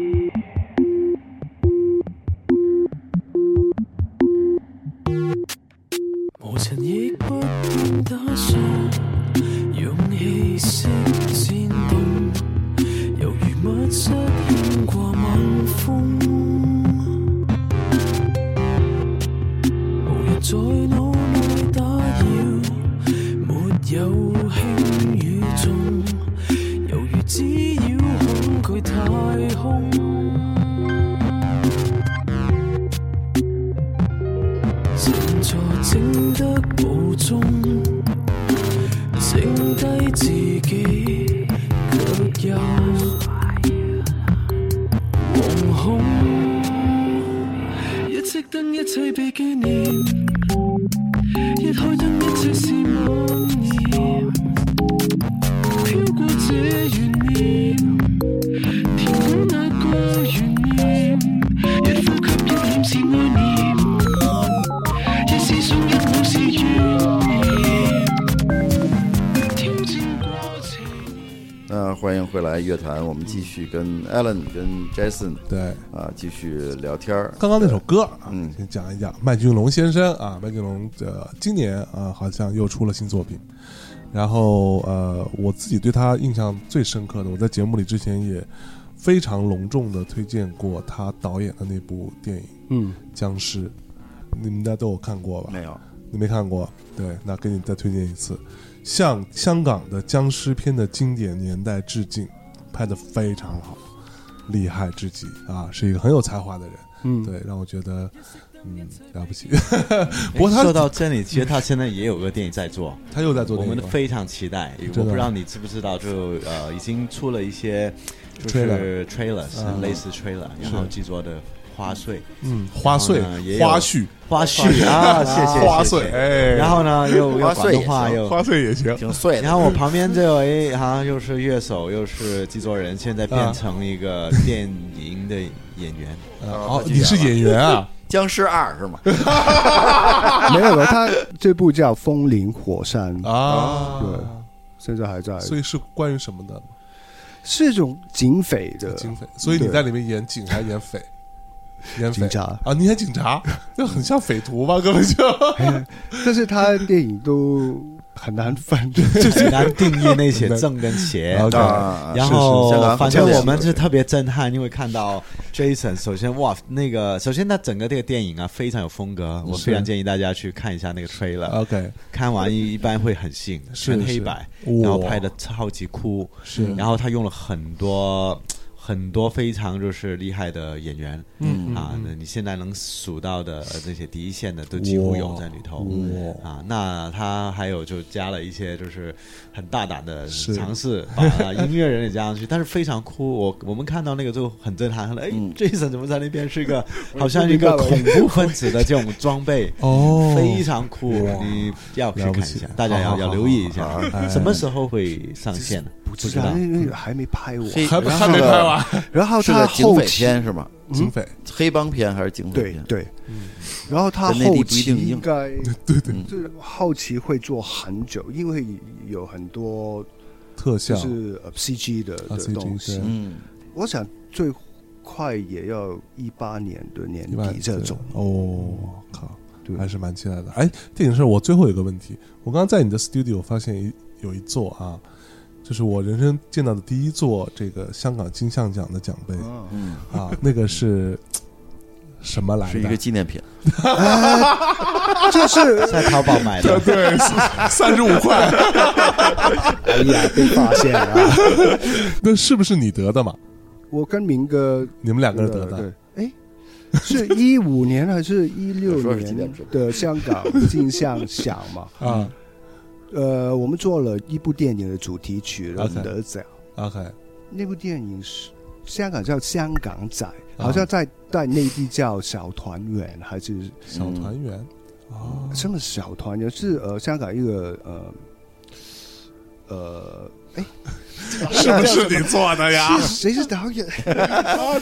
無塵亦不變打算，勇氣式戰動，猶如密室牽過晚風，在腦內打擾，沒有輕與重，猶如滋擾恐懼太空，靜坐靜得無蹤，靜低自己卻又惶恐，一熄燈一切被紀念，一開燈一切是妄念，飄過這懸念，填補那個懸念，一呼吸一臉是愛念，一思想一腦是怨念，挑戰過程。 那歡迎回來樂壇，我們繼續跟 Alan 跟 Jason 對啊繼續聊天。 剛剛那首歌啊， 嗯， 先講一講麥浚龍先生啊，麥浚龍呃今年啊好像又出了新作品，然後呃我自己對他印象最深刻的，我在節目裡之前也非常隆重的推薦過他導演的那部電影，嗯，僵屍，你們大家都有看過吧？ 沒有， 你沒看過？對，那給你再推薦一次，向香港的僵屍片的經典年代致敬，拍得非常好，厲害至極啊，是一個很有才華的人，嗯，對，讓我覺得嗯了不起。不過他說到這裡，其實他現在也有個電影在做， 他又在做電影， 我們非常期待。我不知道你知不知道，就呃已經出了一些就是 trailer， 類似 trailer，然後製作的花絮， 嗯，花絮，花絮， 花絮啊，謝謝花絮，哎， 然後呢又又廣東話又花絮也行， 挺碎。 然後我旁邊這有一好像又是樂手又是製作人，現在變成一個電影的演員。 哦，你是演員啊？ 僵屍二是嗎？ 沒有了，他這部叫《風林火山》 啊， 對，現在還在。 所以是關於什麼的？ 是一種警匪的警匪，所以你在裡面演警還是演匪？演警察啊，你演警察，就很像匪徒吧，根本就。 但是他電影都很難分， 就是很難定義那些正跟邪。 啊、 然後反正我們是特別震撼，因為看到 Jason， 首先哇，那個首先他整個這個電影啊非常有風格，我非常建議大家去看一下那個 trailer。OK， 看完一般會很吸引，全黑白，然後拍得超級酷，是，然後他用了很多。很多非常就是厲害的演員，嗯啊，你現在能數到的這些第一線的都幾乎有在裡頭，啊，那他還有就加了一些就是很大膽的嘗試，把音樂人也加上去，但是非常酷。我我們看到那個就很震撼，哎、嗯、，Jason 怎麼在那邊是一個好像一個恐怖分子的這種裝備，哦，非常酷，你要去看一下，大家要要留意一下，什麼時候會上線呢？ 不知道，因為還沒拍完， 還還沒拍完。 然後他警匪片是嗎？ 警匪、 黑幫片還是警匪片？ 對對，嗯。然後他後期應該對對，就是後期會做很久，因為有很多特效， 就是 C G 的的東西。嗯，我想最快也要一八年的年底這種。 哦，靠。 还是蛮期待的。哎，电影是我最后有个问题，我刚刚在你的 studio 发现一有一座啊，就是我人生见到的第一座这个香港金像奖的奖杯， 嗯啊，那个是什么来的？ 是一个纪念品， 呃、就是在淘宝买的， 对，三十五块。 哎呀，被发现了。 那是不是你得的嘛？ 我跟明哥， 你们两个人得的。 对，哎，是一五年还是一六年的香港金像奖嘛？ 啊， 呃，我们做了一部电影的主题曲，然后得奖。 OK， 那部电影是香港叫《香港仔》，好像在在内地叫《小团圆》还是小团圆？哦， 什么小团圆？是呃香港一个呃呃，哎。 是不是你做的呀？ 谁是导演？ 啊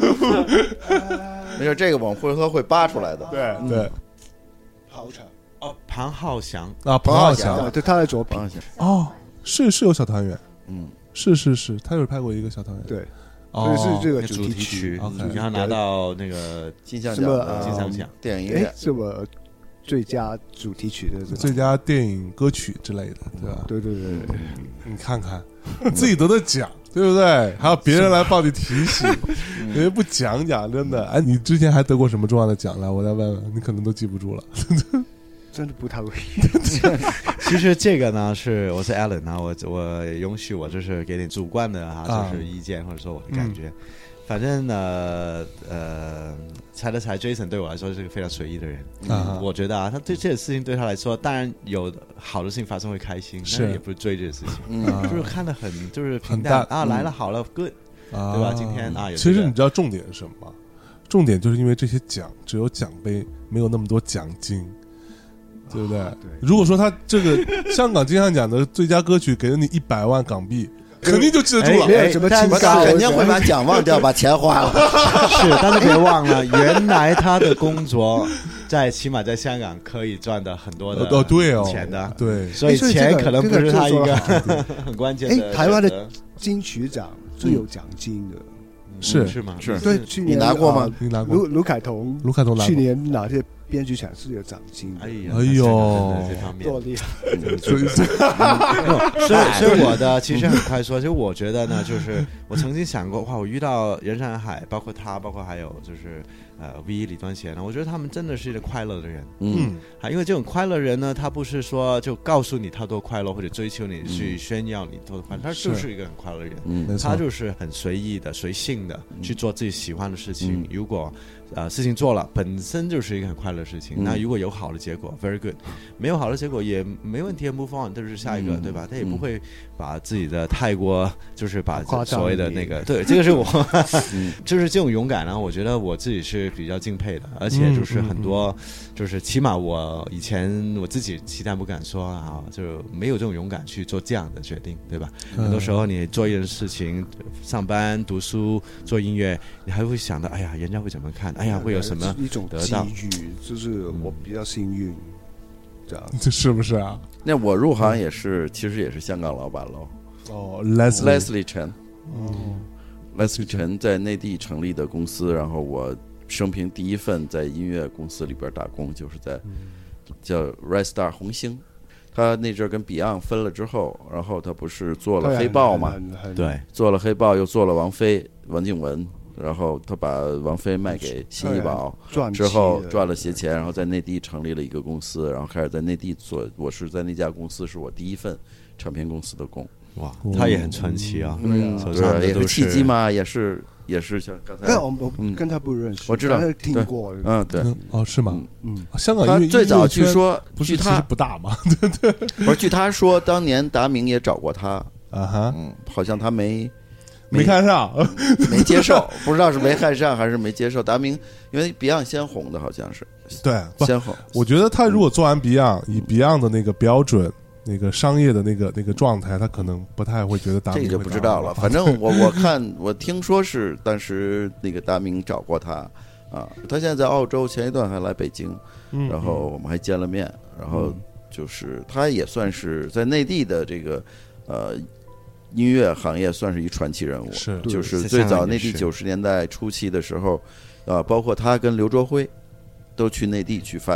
没事，这个我们回头会扒出来的。 对对， 好长哦，庞浩翔啊，庞浩翔， 对，他的作品哦，是是有小团圆， 嗯， 是是是，他有拍过一个小团圆， 对， 哦， 是这个主题曲， 然后拿到那个金像奖， 金像奖电影音乐， 什么最佳主题曲的， 最佳电影歌曲之类的，对吧？ 对对对对， 你看看自己得的奖，对不对？还有别人来帮你提醒，人家不讲讲，真的。哎，你之前还得过什么重要的奖来？我再问问，你可能都记不住了。 真的不太会。 其实这个呢，是我是 Alan 啊，我我允许我就是给点主观的啊，就是意见或者说我的感觉。嗯，反正呢，呃，猜了猜 Jason 对我来说是个非常随意的人。嗯，我觉得啊，他对这些事情对他来说，当然有好的事情发生会开心，但是也不是追这个事情，嗯，就是看得很就是平淡啊，来了好了 good，啊，对吧？今天啊，有其实你知道重点是什么吗？重点就是因为这些奖只有奖杯，没有那么多奖金。对不对？对，如果说他这个香港金像奖的最佳歌曲给了你一百万港币，肯定就记得住了。 没有什么清高， 肯定会把奖忘掉，把钱花了。 是，但是别忘了，原来他的工作在起码在香港可以赚的很多的哦，对哦， 钱的， 对， 所以钱可能不是他一个很关键的。 哎，台湾的金曲奖最有奖金的， 是是吗？ 是， 对，去年你拿过吗？ 你拿过？ 卢卢凯彤， 卢凯彤拿过。 去年拿这编剧奖是有奖金的。 哎呀， 哎呦， 这方面多厉害！ 所以，所以，所以我的其实很快说，就我觉得呢，就是我曾经想过，哇，我遇到人山人海，包括他，包括还有就是呃 V 李端贤呢，我觉得他们真的是一个快乐的人。 嗯， 啊，因为这种快乐人呢，他不是说就告诉你他多快乐，或者追求你去炫耀你多快乐，他就是一个很快乐的人。 嗯， 他就是很随意的、随性的去做自己喜欢的事情。如果呃，事情做了本身就是一个很快乐的事情，嗯，那如果有好的结果 very good， 没有好的结果也没问题， move on， 就是下一个，嗯，对吧？他也不会把自己的太过就是把所谓的那个，对，这个是我就是这种勇敢呢，我觉得我自己是比较敬佩的，而且就是很多就是起码我以前我自己期待不敢说啊，就没有这种勇敢去做这样的决定，对吧？嗯，很多时候你做一件事情，上班读书做音乐，你还会想到哎呀人家会怎么看，哎呀会有什么一种机遇，就是我比较幸运，这样这是不是啊？ 那我入行也是，其实也是香港老板喽。 哦 ，Leslie Leslie Chen， 哦 ，Leslie Chen 在内地成立的公司，然后我生平第一份在音乐公司里边打工，就是在叫 Red Star 红星。他那阵跟 Beyond 分了之后，然后他不是做了黑豹嘛？ 对， 做了黑豹，又做了王菲、王靖雯。然后他把王菲卖给新艺宝之后赚了些钱，然后在内地成立了一个公司，然后开始在内地做。我是在那家公司是我第一份唱片公司的工。 哇，他也很传奇啊！ 嗯，对，也是契机嘛，也是也是像刚才。 我我跟他不认识， 我知道听过。 嗯，对， 哦，是吗？ 嗯， 香港他最早据说不是他不大嘛？对对， 不是，据他说，当年达明也找过他啊哈， 嗯，好像他没。 没看上， 没接受，不知道是没看上还是没接受。达明因为 Beyond 先红的，好像是对先红。 我觉得他如果做完 Beyond，、嗯、以 Beyond 的那个标准、那个商业的那个那个状态，他可能不太会觉得达明。 这个就不知道了。反正我我看我听说是当时那个达明找过他啊，他现在在澳洲，前一段还来北京， 嗯、 然后我们还见了面，然后就是他也算是在内地的这个呃。音乐行业算是一传奇人物， 是就是最早内地九十年代初期的时候，啊，包括他跟刘卓辉都去内地去发展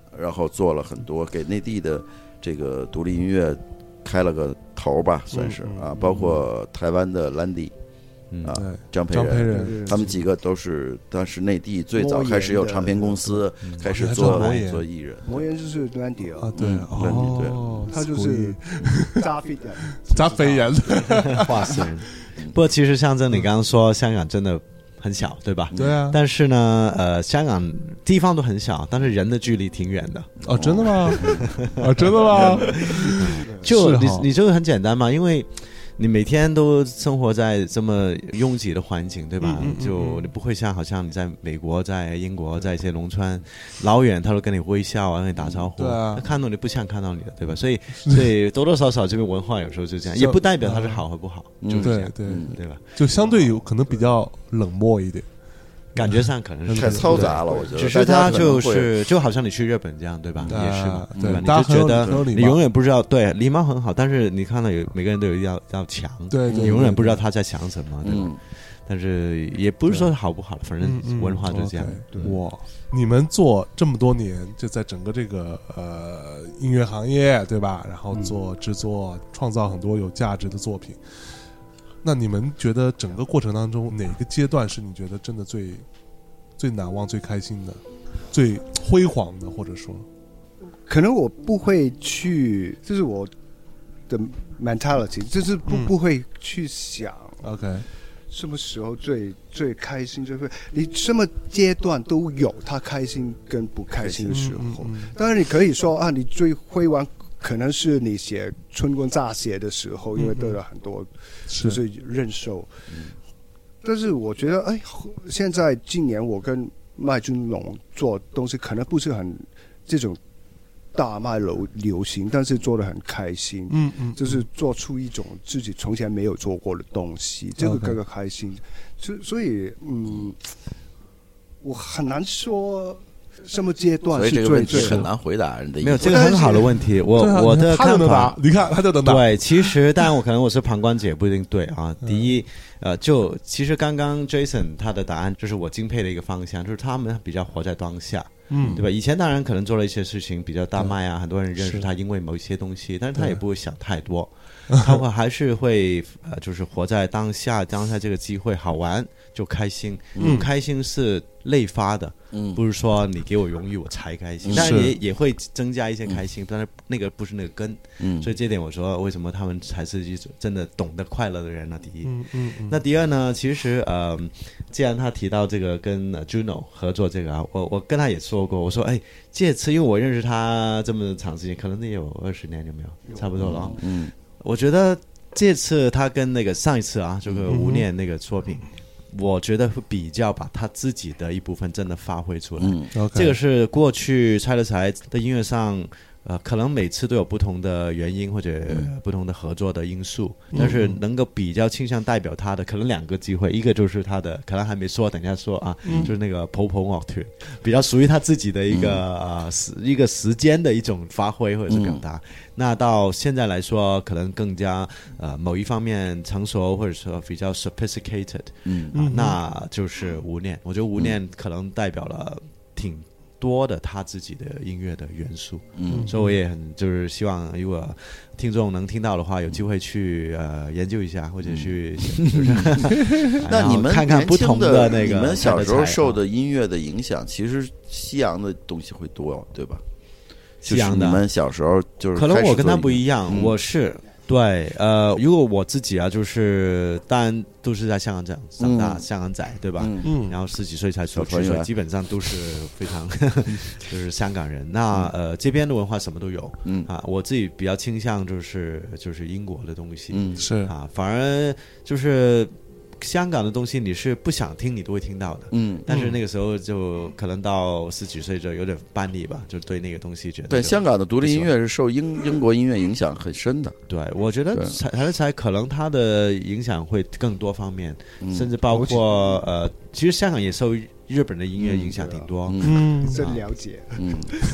然后做了很多给内地的这个独立音乐开了个头吧，算是啊，包括台湾的兰迪。 嗯、 啊， 张培仁， 他们几个都是当时内地最早开始有唱片公司，开始做做艺人。 魔岩就是兰迪啊，对， 兰迪对， 他就是扎菲人， 扎菲人， 化身。不过其实象征你刚刚说香港真的很小，对吧？ 对啊。 但是呢，呃，香港地方都很小，但是人的距离挺远的。 哦，真的吗？啊，真的吗？ 就你你这个很简单嘛，因为你每天都生活在这么拥挤的环境，对吧？嗯嗯嗯、就你不会像好像你在美国、在英国、在一些农村，老远他都跟你微笑啊，跟你打招呼， 啊、 他看到你不像看到你的，对吧？所以，所以多多少少这边文化有时候就这样，也不代表它是好和不好， 嗯、 就是这样， 对对、 嗯、对吧？ 就相对有可能比较冷漠一点。 感觉上可能是太嘈杂了，我觉得。 只是它就是就好像你去日本这样，对吧？ 啊、 也是嘛， 对吧？你就觉得你永远不知道，对，礼貌很好，但是你看到有每个人都有一道道墙， 对， 你永远不知道他在想什么，对吧？ 嗯、 但是也不是说好不好，反正文化就这样。 嗯嗯、哇，你们做这么多年，就在整个这个呃音乐行业，对吧？然后做制作，嗯、创造很多有价值的作品。那你们觉得整个过程当中哪个阶段是你觉得真的最最难忘、最开心的、最辉煌的，或者说， 可能我不会去，就是我的 mentality， 就是不、嗯、不会去想 ，OK， 什么时候最最开心，最会，你什么阶段都有他开心跟不开心的时候。嗯嗯嗯、当然你可以说啊，你最辉煌。可能是你写春光乍泄的时候，因为得了很多就是认受。嗯、但是我觉得，哎，现在今年我跟麦浚龙做东西，可能不是很这种大卖流流行，但是做得很开心。嗯嗯，就是做出一种自己从前没有做过的东西，这个更加开心。所所以，嗯，我很难说。什么阶段是最最？ 所以这个问题很难回答人的。 没有，这个很好的问题。我、啊、我的看法， 你看他就能答。 对，其实当然我可能我是旁观者，不一定对啊。第一，呃，就其实刚刚 Jason 他的答案就是我敬佩的一个方向，就是他们比较活在当下，嗯，对吧？以前当然可能做了一些事情比较大卖啊，很多人认识他，因为某一些东西，但是他也不会想太多，他会还是会呃，就是活在当下，当下这个机会好玩就开心，嗯，开心是类发的。嗯，不是说你给我荣誉我才开心，但是也也会增加一些开心，但是那个不是那个根，嗯，所以这点我说为什么他们才是一种真的懂得快乐的人呢？第一，嗯嗯，嗯那第二呢，其实呃，既然他提到这个跟、呃、Juno 合作这个啊，我我跟他也说过，我说哎，这次因为我认识他这么长时间，可能也有二十年有没有？差不多了，嗯，我觉得这次他跟那个上一次啊，这个无念那个作品。嗯我觉得会比较把他自己的一部分真的发挥出来，嗯 okay、这个是过去拆了柴的音乐上，呃，可能每次都有不同的原因或者不同的合作的因素，嗯、但是能够比较倾向代表他的，可能两个机会，一个就是他的，可能还没说，等一下说啊，嗯、就是那个婆婆乐团，比较属于他自己的一个、嗯、呃时一个时间的一种发挥或者是表达。嗯那到现在来说，可能更加呃某一方面成熟，或者说比较 sophisticated， 嗯、啊，那就是无念。我觉得无念可能代表了挺多的他自己的音乐的元素，嗯，所以我也很就是希望，如果听众能听到的话，有机会去呃研究一下，或者去， 嗯、那你们看看不同的那个， 你们小时候受的音乐的影响，其实西洋的东西会多，对吧？ 西洋的， 就是你们小时候就是可能我跟他不一样，嗯、我是对呃，如果我自己啊，就是当然都是在香港长长大，嗯、香港仔对吧？嗯，然后十几岁才出去，所以基本上都是非常就是香港人。那呃，这边的文化什么都有，嗯啊，我自己比较倾向就是就是英国的东西， 嗯是啊，反而就是。香港的东西你是不想听你都会听到的，嗯，但是那个时候就可能到十几岁就有点叛逆吧，就对那个东西觉得对香港的独立音乐是受英英国音乐影响很深的， 对，我觉得才才才可能它的影响会更多方面，嗯、甚至包括呃，其实香港也受日本的音乐影响挺多， 嗯，真了解，嗯，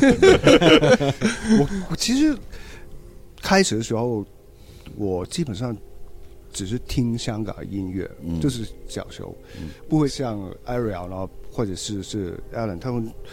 我我其实开始的时候我基本上。只是听香港音乐，嗯、就是小时候，嗯、不会像 Ariel 然后或者是是 Alan 他们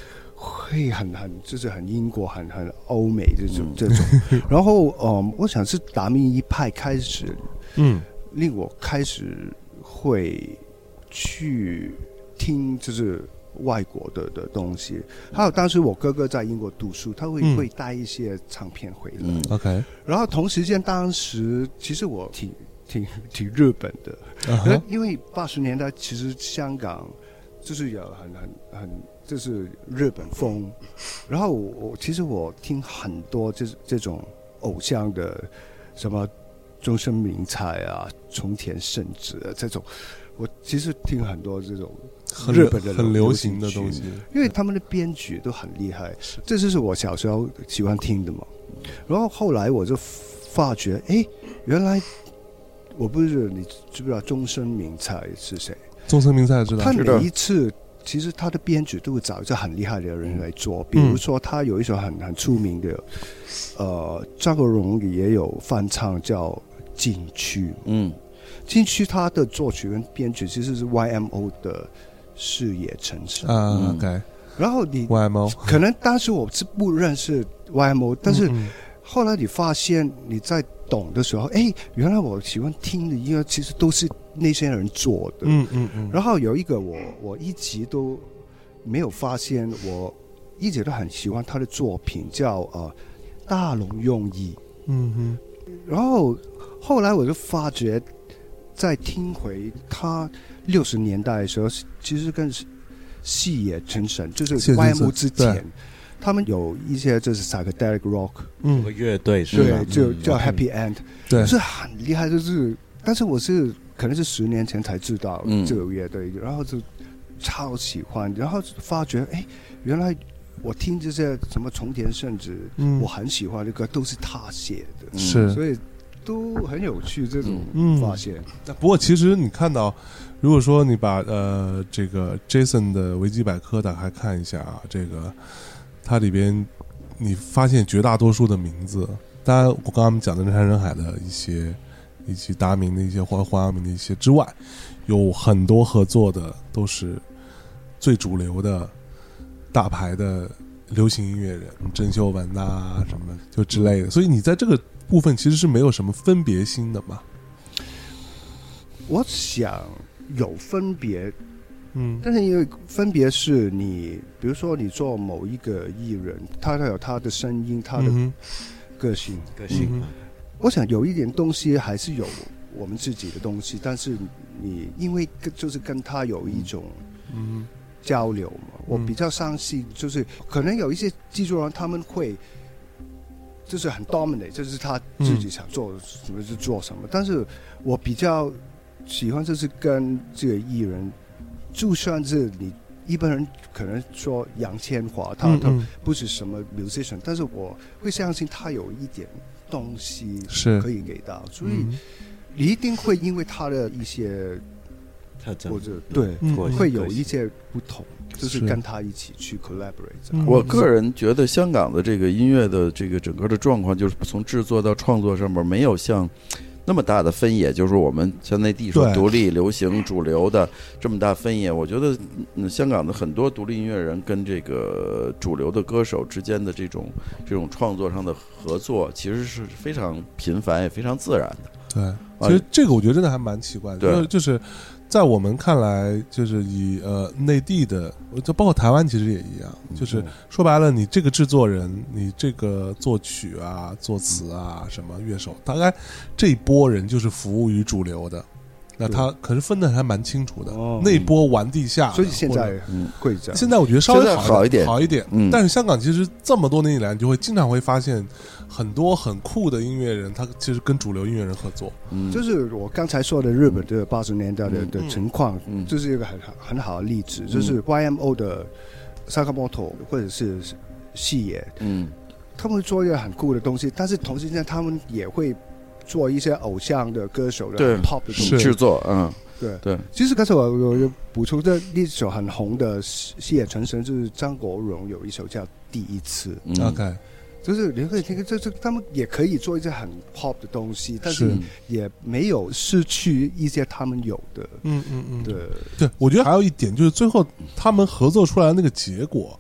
会很很就是很英国很很欧美这种、嗯、这种，然后嗯，我想是达明一派开始，嗯，令我开始会去听就是外国的的东西，还有当时我哥哥在英国读书，他会、嗯、会带一些唱片回来、嗯、 ，OK， 然后同时间当时其实我挺挺挺日本的， uh-huh. 因为八十年代其实香港就是有很很很就是日本风，然后我我其实我听很多这这种偶像的什么中森明菜啊、重田圣子啊这种，我其实听很多这种日本的很流行的东西， 因为他们的编曲都很厉害，这就是我小时候喜欢听的嘛。然后后来我就发觉，哎，原来我不是你知不知道中森明菜是谁？ 中森明菜知道， 他每一次其实他的编曲都会找一个很厉害的人来做，比如说他有一首很很出名的，呃，张国荣也有翻唱叫《禁区》，嗯，禁区他的作曲跟编曲其实是 Y M O 的视野成神啊、uh, ，OK， 然后你 Y M O 可能当时我是不认识 Y M O， 但是后来你发现你在懂的时候，哎，原来我喜欢听的音乐其实都是那些人做的，嗯嗯嗯。然后有一个我我一直都没有发现，我一直都很喜欢他的作品，叫呃大龙用意，嗯哼。然后后来我就发觉，在听回他六十年代的时候，其实跟细野成神就是 Y M O 之前。他们有一些就是 psychedelic rock， 嗯，乐队是吧？ 对，就叫 Happy End， 对，就是很厉害，就是，但是我是可能是十年前才知道这个乐队，嗯、然后就超喜欢，然后发觉，哎，原来我听这些什么重田圣子，嗯、我很喜欢的歌都是他写的， 是， 所以都很有趣这种发现。 嗯、不过其实你看到，如果说你把呃这个 Jason 的维基百科打开看一下啊，这个。它里边你发现绝大多数的名字，当然我刚刚讲的人山人海的一些以及达明的一些或者黄耀明的一些之外，有很多合作的都是最主流的大牌的流行音乐人，郑秀文啊什么就之类的，所以你在这个部分其实是没有什么分别心的嘛。 我想有分别，嗯，但是因为分别是你，比如说你做某一个艺人，他有他的声音，他的个性，嗯、个性、嗯。我想有一点东西还是有我们自己的东西，但是你因为就是跟他有一种嗯交流嘛，嗯、我比较相信，就是可能有一些制作人他们会就是很 dominate， 就是他自己想做什么就做什么，嗯、但是我比较喜欢就是跟这个艺人。就算是你一般人可能说杨千嬅，他他不是什么 musician， 但是我会相信他有一点东西是可以给到，所以你一定会因为他的一些特征或者对、嗯、会有一些不同，就是跟他一起去 collaborate。 我个人觉得香港的这个音乐的这个整个的状况，就是从制作到创作上面没有像。那么大的分野，就是我们像内地说独立、流行、主流的这么大分野，我觉得、嗯、香港的很多独立音乐人跟这个主流的歌手之间的这种这种创作上的合作，其实是非常频繁也非常自然的。 对，其实这个我觉得真的还蛮奇怪的，对，就是在我们看来，就是以呃内地的，就包括台湾其实也一样，就是说白了，你这个制作人，你这个作曲啊、作词啊、什么乐手，大概这一波人就是服务于主流的。那他可是分的还蛮清楚的，哦、那一波玩地下， 所以现在贵在、 嗯、现在我觉得稍微好一点， 好一点。嗯，但是香港其实这么多年以来，你就会经常会发现很多很酷的音乐人，他其实跟主流音乐人合作。 嗯，就是我刚才说的日本的八十年代的、嗯、的情况，嗯，这、就是一个很很好的例子，嗯、就是 Y M O 的 Sakamoto 或者是细野，嗯，他们会做一个很酷的东西，但是同时间他们也会。做一些偶像的歌手的 pop 的制作，嗯， 对对。 其实刚才我我就补充这一首很红的细野成神，就是张国荣有一首叫《第一次》。 嗯、OK， 就是你可以听，这这他们也可以做一些很 pop 的东西，但是也没有失去一些他们有的。 嗯嗯嗯， 对对。我觉得还有一点就是最后他们合作出来的那个结果。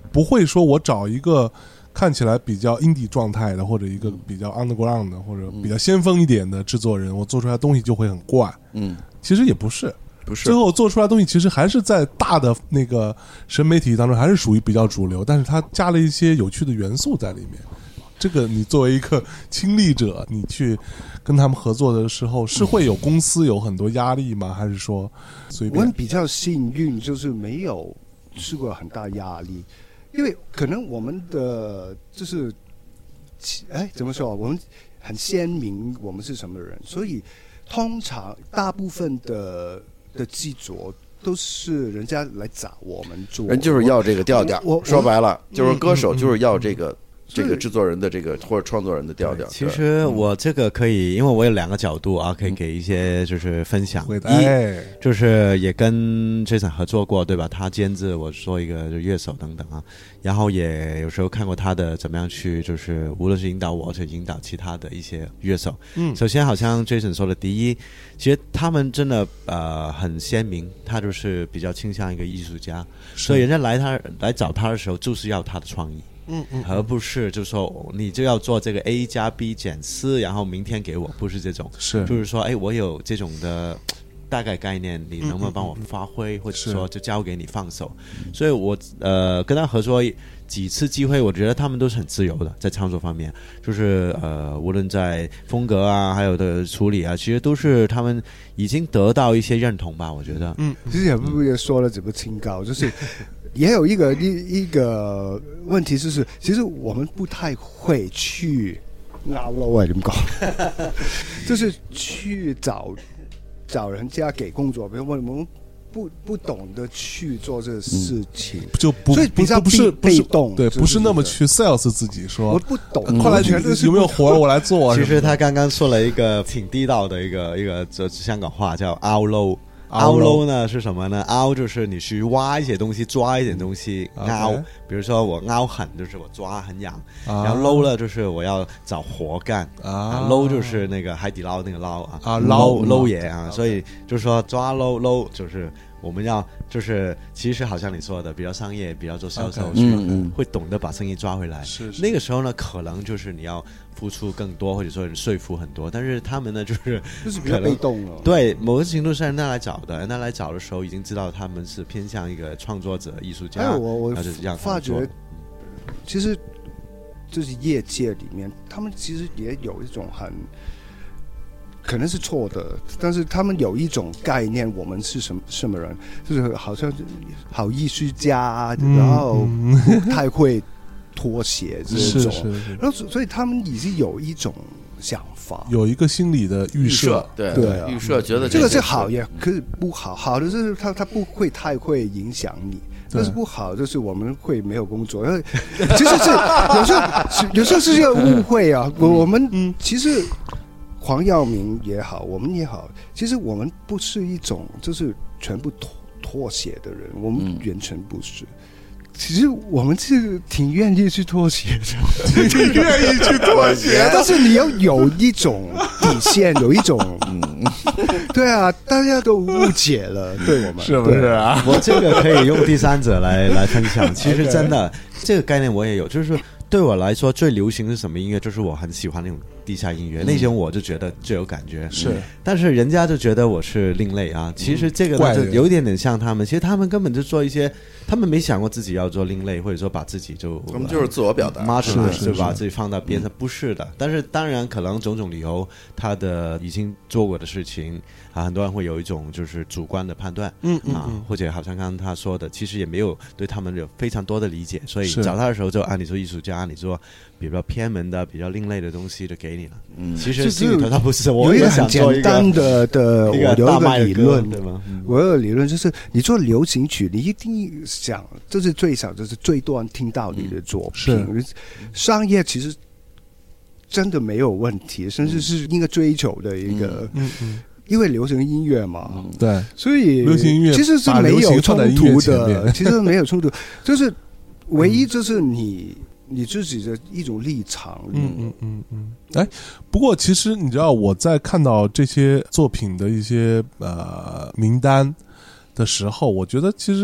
不会说我找一个看起来比较 indie 状态的，或者一个比较 underground 的，或者比较先锋一点的制作人，我做出来的东西就会很怪。嗯，其实也不是。 不是， 最后做出来的东西其实还是在大的那个审美体系当中还是属于比较主流，但是它加了一些有趣的元素在里面。这个你作为一个亲历者，你去跟他们合作的时候，是会有公司有很多压力吗？还是说随便？ 我们比较幸运，就是没有试过很大压力，因为可能我们的就是哎怎么说，我们很鲜明我们是什么人，所以通常大部分的的制作都是人家来找我们做， 人就是要这个调调。说白了，就是歌手就是要这个、嗯、这个制作人的这个或者创作人的调调。 其实我这个可以，因为我有两个角度啊，可以给一些就是分享。嗯、一就是也跟 Jason 合作过，对吧？他监制我做一个就乐手等等啊，然后也有时候看过他的怎么样去，就是无论是引导我，或者引导其他的一些乐手。嗯，首先好像 Jason 说的，第一，其实他们真的呃很鲜明，他就是比较倾向一个艺术家，所以人家来他来找他的时候，就是要他的创意。嗯嗯，而不是就是说你就要做这个 A 加 B 减 C， 然后明天给我，不是这种，是就是说，哎，我有这种的大概概念，你能不能帮我发挥，嗯嗯嗯或者说就交给你放手？所以我呃跟他合作几次机会，我觉得他们都是很自由的，在创作方面，就是呃无论在风格啊，还有的处理啊，其实都是他们已经得到一些认同吧，我觉得。嗯， 其实也不是说了怎么清高，就是也有一个一一个问题，就是其实我们不太会去拗咯，喂，點講？就是去找找人家给工作，比如我们不不懂得去做这个事情， 嗯、就不所以比较不是被动， 对， 就是、 不是那么去 sales 自己说， 我不懂， 快来全有没有活我来做、啊。 其实他刚刚说了一个挺地道的一个一个这香港话叫 out low。out low 呢是什么呢 ？out 就是你去挖一些东西，抓一点东西。out，、okay. 比如说我 out 狠，就是我抓很痒。啊、然后 low 呢，就是我要找活干。啊 ，low 就是那个海底捞那个捞啊。啊 ，low low 也啊， okay. 所以就是说抓 low low 就是我们要就是其实好像你说的比较商业，比较做销售， okay. 嗯、 会懂得把生意抓回来。 是是。 那个时候呢，可能就是你要付出更多，或者说说服很多，但是他们呢，就是就是比较被动了。 对，某个程度上，人家来找的，人家来找的时候，已经知道他们是偏向一个创作者、艺术家。 哎，我我就是这样发觉，其实就是业界里面，他们其实也有一种很可能是错的，但是他们有一种概念，我们是什么什么人，就是好像好艺术家，嗯、然后不太会拖鞋这种， 是是是， 然后所以他们已经有一种想法， 有一个心理的预设， 对对、啊， 预设觉得这个是好，也可以不好。好的就是他他不会太会影响你，但是不好就是我们会没有工作，因为其实是有时候有时候是一个误会啊。我我们嗯，其实黄耀明也好，我们也好，其实我们不是一种就是全部妥妥协的人，我们完全不是。嗯，其实我们是挺愿意去妥协的， 挺愿意去妥协， 但是你要有一种底线，有一种，嗯，对啊，大家都误解了，对我们是不是啊？ 我这个可以用第三者来来分享。其实真的这个概念我也有，就是对我来说最流行是什么音乐，就是我很喜欢那种地下音乐，嗯、那些我就觉得最有感觉。 是， 但是人家就觉得我是另类啊。其实这个呢，就有一点点像他们，其实他们根本就做一些。他们没想过自己要做另类，或者说把自己就我们就是自我表达， 妈是是把自己放到边上，不是的。但是当然可能种种理由，他的已经做过的事情啊，很多人会有一种就是主观的判断，嗯嗯啊，或者好像刚刚他说的，其实也没有对他们有非常多的理解，所以找他的时候就按、啊、你做艺术家，你做比较偏门的、比较另类的东西就给你了。嗯，其实心里头他不是，我有一个很简单的的，我有一个理论， 对吗？嗯、 我有个理论就是，你做流行曲，你一定想，就是最少就是最多人听到你的作品。嗯、商业其实真的没有问题，甚至是应该追求的一个。嗯嗯，因为流行音乐嘛，嗯、 对， 所以流行音乐其实是没有冲突的，其实没有冲突，就是唯一就是你。你自己的一种立场， 嗯嗯嗯嗯。哎，不过其实你知道，我在看到这些作品的一些呃名单的时候，我觉得其实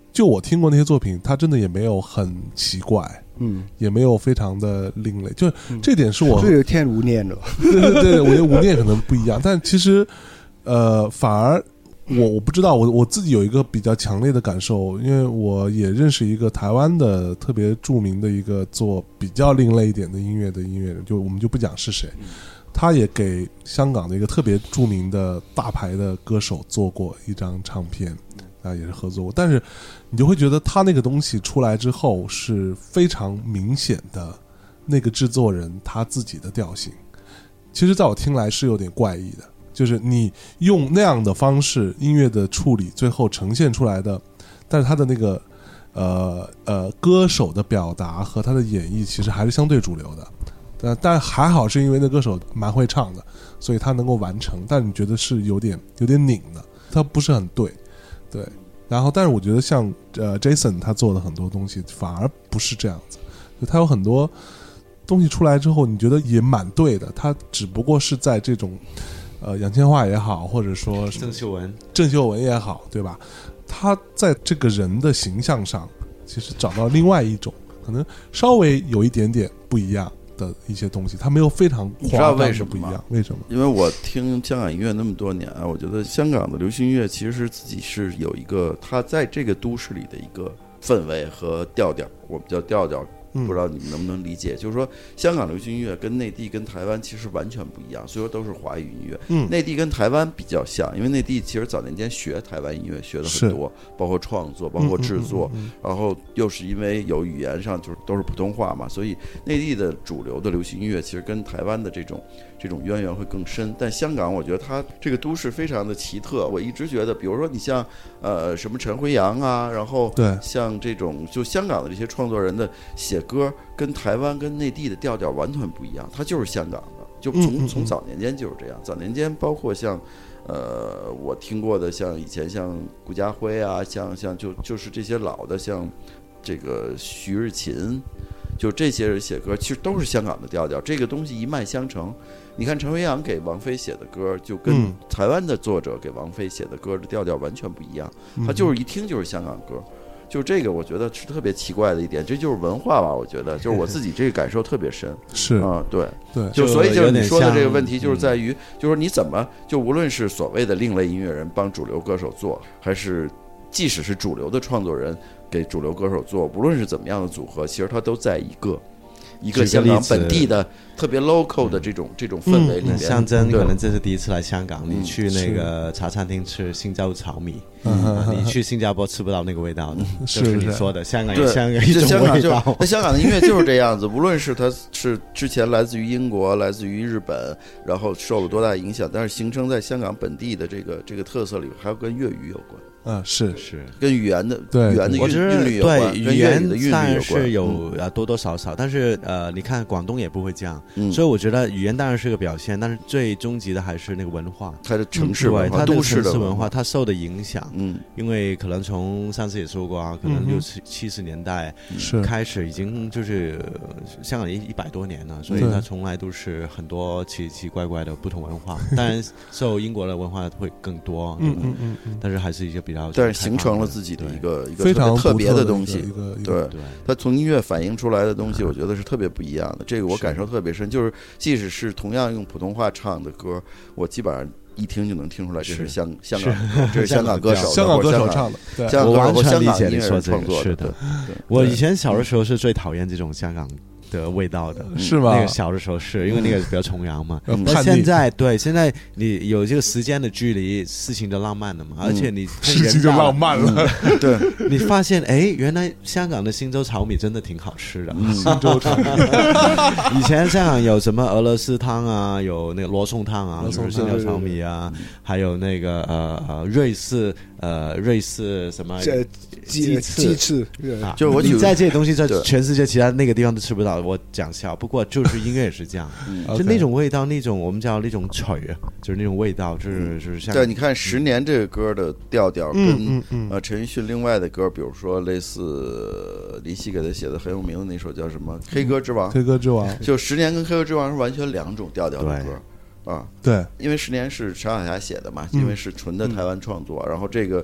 就我听过那些作品，它真的也没有很奇怪，嗯，也没有非常的另类，就这点是我这有天无念了， 对对对对，我觉得无念可能不一样，但其实呃，反而我我不知道，我我自己有一个比较强烈的感受，因为我也认识一个台湾的特别著名的一个做比较另类一点的音乐的音乐人，就我们就不讲是谁。他也给香港的一个特别著名的大牌的歌手做过一张唱片，啊，也是合作过。但是你就会觉得他那个东西出来之后是非常明显的那个制作人他自己的调性。其实在我听来是有点怪异的，就是你用那样的方式音乐的处理，最后呈现出来的，但是他的那个呃呃歌手的表达和他的演绎其实还是相对主流的。但但还好是因为那歌手蛮会唱的，所以他能够完成，但你觉得是有点有点拧的，他不是很对对。然后但是我觉得像呃 Jason 他做的很多东西反而不是这样子，就他有很多东西出来之后你觉得也蛮对的，他只不过是在这种呃杨千嬅也好，或者说郑秀文郑秀文也好，对吧，他在这个人的形象上其实找到另外一种可能稍微有一点点不一样的一些东西，它没有非常夸张的不一样。为什么？ 因为我听香港音乐那么多年啊，我觉得香港的流行音乐其实自己是有一个它在这个都市里的一个氛围和调调，我们叫调调。不知道你们能不能理解，就是说香港流行音乐跟内地跟台湾其实完全不一样，虽说都是华语音乐，嗯，内地跟台湾比较像，因为内地其实早年间学台湾音乐学的很多，包括创作包括制作，嗯嗯嗯嗯，然后又是因为有语言上就是都是普通话嘛，所以内地的主流的流行音乐其实跟台湾的这种这种渊源会更深。但香港我觉得它这个都市非常的奇特，我一直觉得比如说你像呃什么陈辉阳啊，然后对像这种就香港的这些创作人的写歌跟台湾跟内地的调调完全不一样，它就是香港的，就从从早年间就是这样。早年间包括像呃我听过的像以前像顾嘉辉啊，像像就就是这些老的像这个徐日勤，就这些人写歌其实都是香港的调调，这个东西一脉相承。你看陈辉阳给王菲写的歌就跟台湾的作者给王菲写的歌的调调完全不一样，他就是一听就是香港歌。就这个我觉得是特别奇怪的一点，这就是文化吧，我觉得就是我自己这个感受特别深。 是啊、嗯，对对， 就所以就是你说的这个问题就是在于，就是你怎么就无论是所谓的另类音乐人帮主流歌手做，还是即使是主流的创作人给主流歌手做，无论是怎么样的组合，其实它都在一个一个香港本地的特别 local 的这种、嗯、这种氛围里面。 象征可能这是第一次来香港，你去那个茶餐厅吃新洲炒米，嗯、你去新加坡吃不到那个味道的，嗯、就是你说的香港有香港一种味道。 那香港的音乐就是这样子，无论是它是之前来自于英国、来自于日本，然后受了多大影响，但是形成在香港本地的这个这个特色里，还要跟粤语有关。 嗯，是是跟语言的对语言的韵韵律有关， 对语言的韵律当然是有嗯、 呃多多少少，但是呃，你看广东也不会这样、嗯，所以我觉得语言当然是个表现，但是最终极的还是那个文化， 它的城市文化、 它都市的文化，它受的影响。 嗯， 因为可能从上次也说过啊，可能六七七十年代开始，已经就是香港一一百多年了，所以它从来都是很多奇奇怪怪的不同文化。当然，受英国的文化会更多，嗯嗯嗯嗯，但是还是一个比较， 但是形成了自己的一个一个非常特别的东西， 对， 它从音乐反映出来的东西，我觉得是特别不一样的。这个我感受特别深，就是即使是同样用普通话唱的歌，我基本上一听就能听出来这是香香港，这是香港歌手， 香港歌手唱的，对， 香港我完全理解你说这个，是的。我以前小的时候是最讨厌这种香港的味道的， 是吗？ 那个小的时候是因为那个比较崇洋嘛。那、嗯、现在对，现在你有这个时间的距离，事情就浪漫了嘛。嗯、而且你事情就浪漫了， 嗯、对， 你发现哎，原来香港的新洲炒米真的挺好吃的。 嗯、新洲炒米， 以前香港有什么俄罗斯汤啊，有那个罗宋汤啊，就是新洲炒米啊，还有那个呃呃瑞士呃瑞士什么鸡翅鸡翅啊，就我你在这些东西在全世界其他那个地方都吃不到。我讲笑，不过就是音乐也是这样，嗯、就那种味道，那种我们叫那种曲，就是那种味道，就是就是像对，你看《十年》这个歌的调调跟、嗯嗯、呃陈奕迅另外的歌，比如说类似林夕给他写的很有名的那首叫什么《K 歌之王》，《 K 歌之王》 就《十年》跟《K 歌之王》是完全两种调调的歌啊。 对， 因为《十年》是陈小霞写的嘛，因为是纯的台湾创作，嗯、然后这个。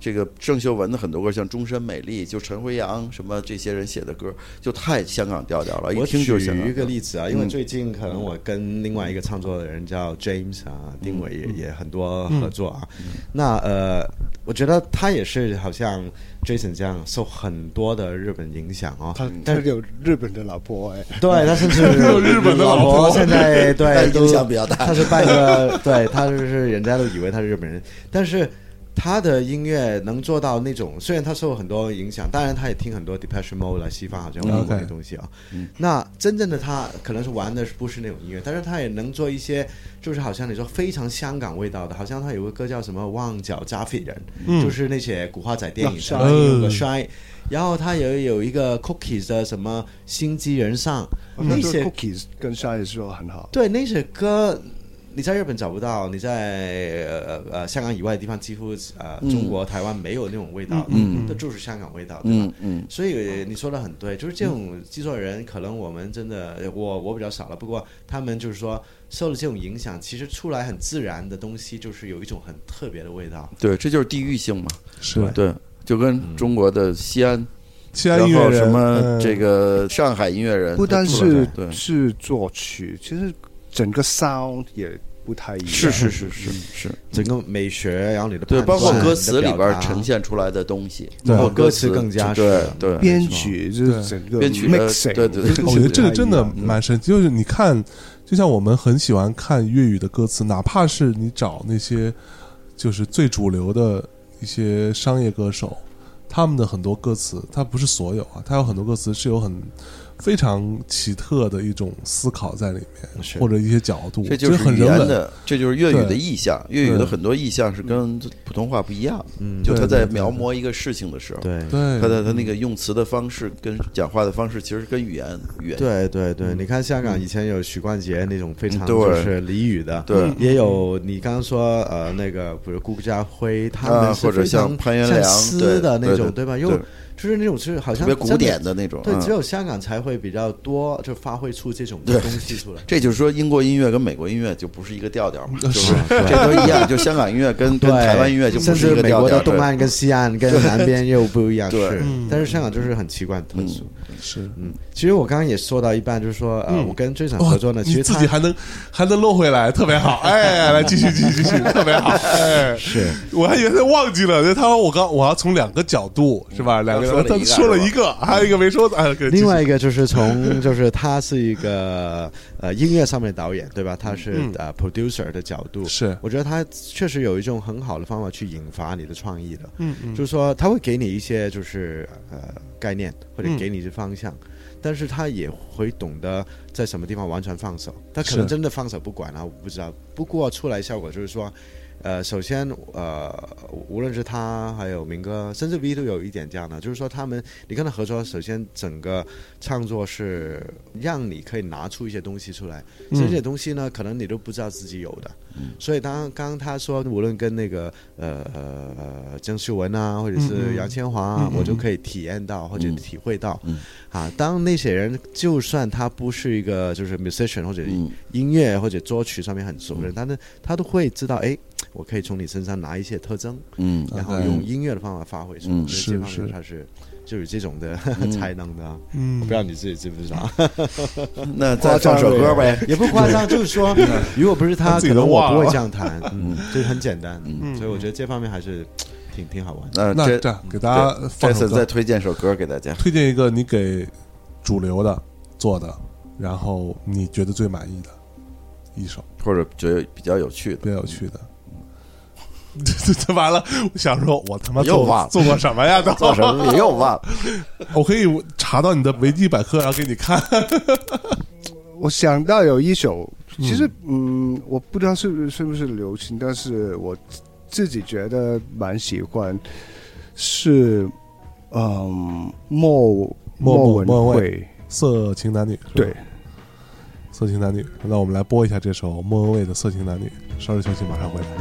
这个郑秀文的很多歌，像《终身美丽》，就陈辉阳什么这些人写的歌，就太香港调调了。一听就是香港。 我举一个例子啊，因为最近可能我跟另外一个唱作的人叫 James 啊，丁伟也也很多合作啊。嗯嗯、那呃，我觉得他也是好像 Jason 这样受很多的日本影响哦。 他他有日本的老婆哎， 对，他甚至有日本的老婆， 现在对影响比较大。 他是半个，对，他就是人家都以为他是日本人，但是。他的音乐能做到那种，虽然他受很多影响，当然他也听很多 Depeche Mode 啦，西方好像玩过那东西啊。嗯、那真正的他可能是玩的不是那种音乐，但是他也能做一些，就是好像你说非常香港味道的，好像他有个歌叫什么《旺角揸 fit 人》，嗯、就是那些古惑仔电影上有个 Shine， 然后他也有一个 Cookies 的什么心机人上， 嗯、那些 Cookies 跟 Shine 说很好。 对，那些歌。你在日本找不到，你在呃呃香港以外的地方，几乎呃、嗯、中国台湾没有那种味道，嗯，这就是香港味道，对吧？嗯嗯。所以你说的很对，就是这种制作人，可能我们真的我我比较少了，不过他们就是说受了这种影响，其实出来很自然的东西，就是有一种很特别的味道。 对，这就是地域性嘛， 是对，就跟中国的西安。 西安音乐人， 什么这个上海音乐人， 不单是是作曲，其实整个 sound 也不太一样， 是是是是是， 整个美学，然后你的对，包括歌词里边呈现出来的东西， 包括歌词更加对对， 编曲就是整个编曲 mixing， 对对对， 我觉得这个真的蛮神奇。就是你看，就像我们很喜欢看粤语的歌词，哪怕是你找那些就是最主流的一些商业歌手，他们的很多歌词，它不是所有啊，它有很多歌词是有很非常奇特的一种思考在里面，或者一些角度， 这就是很语言的，这就是粤语的意象。粤语的很多意象是跟普通话不一样，嗯，就他在描摹一个事情的时候， 对对， 他的他那个用词的方式跟讲话的方式，其实跟语言语言。 对对对，你看香港以前有许冠杰那种非常就是俚语的， 对， 也有你刚刚说呃那个，比如顾家辉他们或者像潘元良诗的那种，对吧？又就是那种是好像特别古典的那种， 对，只有香港才会比较多，就发挥出这种东西出来。 这就是说，英国音乐跟美国音乐就不是一个调调嘛，就是这都一样。就香港音乐跟跟台湾音乐就不是一个调调。 甚至美国的东岸跟西岸跟南边又不一样，是。但是香港就是很奇怪特殊。 是， 嗯，其实我刚刚也说到一半，就是说，呃，我跟追场合作呢，其实自己还能还能漏回来，特别好。哎，来继续继续继续，特别好。哎， 是， 我还以为他忘记了，他说我刚我要从两个角度是吧？两个他说了一个，还有一个没说。哎， 另外一个就是从就是他是一个呃音乐上面的导演，对吧？他是呃 producer 的角度， 是， 我觉得他确实有一种很好的方法去引发你的创意的。嗯嗯，就是说他会给你一些就是呃概念，或者给你一些方向。但是他也会懂得在什么地方完全放手，他可能真的放手不管了，我不知道。不过出来效果就是说，呃，首先呃，无论是他还有明哥，甚至 V 都有一点这样的，就是说他们你跟他合作，首先整个创作是让你可以拿出一些东西出来，嗯、这些东西呢，可能你都不知道自己有的。嗯、所以当刚刚他说，无论跟那个呃呃郑秀文啊，或者是杨千嬅啊，嗯、我就可以体验到或者体会到。嗯啊，当那些人就算他不是一个就是 musician 或者音乐或者作曲上面很熟的人，嗯、但是他都会知道，哎，我可以从你身上拿一些特征，嗯，然后用音乐的方法发挥出来。嗯， 是这方面他是就有这种的、嗯、才能的。嗯，我不知道你自己知不知道。 那再放首歌呗， 也不夸张，就是说，如果不是他，可能我不会这样弹。嗯，就是很简单。嗯，所以我觉得这方面还是。挺挺好玩的。那这样给大家放首歌， 再推荐首歌给大家。 推荐一个你给主流的做的，然后你觉得最满意的一首， 或者觉得比较有趣的， 比较有趣的。这完了，我想说，我他妈做忘做过什么呀？ 做什么你又忘了？ 我可以查到你的维基百科，然后给你看。 我想到有一首，其实嗯，我不知道是不是是不是流行，但是我。自己觉得蛮喜欢，是嗯莫莫文蔚色情男女， 对， 色情男女。那我们来播一下这首莫文蔚的《色情男女》，稍事休息，马上回来。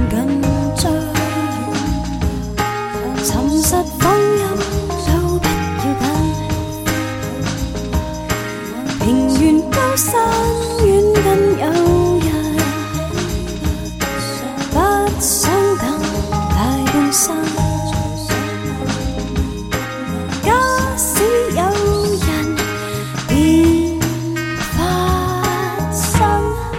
紧張，尋實放任都不要緊，平原高山遠近有人，不想等大半生，假使有人變發生。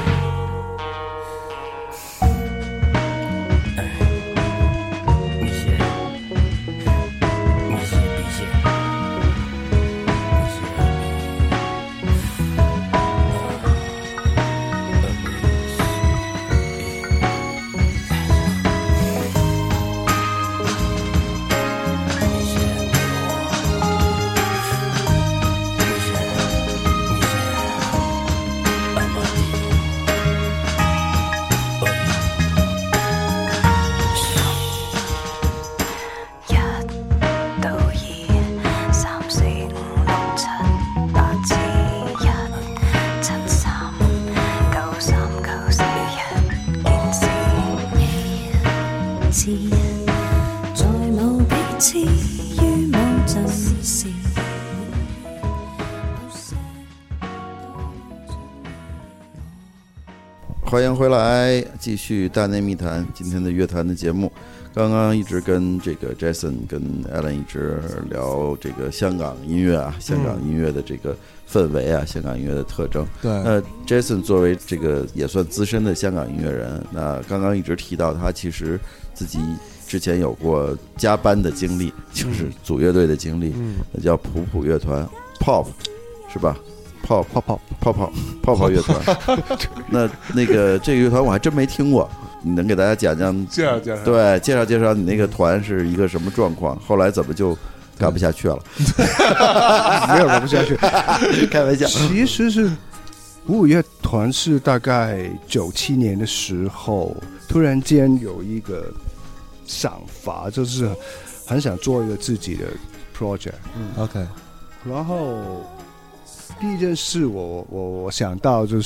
欢迎回来，继续大内密谈今天的乐坛的节目。刚刚一直跟这个 Jason 跟 Alan 一直聊这个香港音乐啊，香港音乐的这个氛围啊，香港音乐的特征。 对， 那 Jason 作为这个也算资深的香港音乐人，那刚刚一直提到他其实自己之前有过加班的经历，就是组乐队的经历，嗯，那叫普普乐团 ，Pop 是吧？泡泡泡泡泡泡泡乐团，那那个这个乐团我还真没听过，你能给大家讲讲？ 介绍介绍， 对，介绍介绍你那个团是一个什么状况？后来怎么就干不下去了？ 没有干不下去， 开玩笑。 其实是普普乐团是大概九七年的时候，突然间有一个想法，就是很想做一个自己的 project。 嗯 ，OK， 然后。第一件事我，我我想到就是，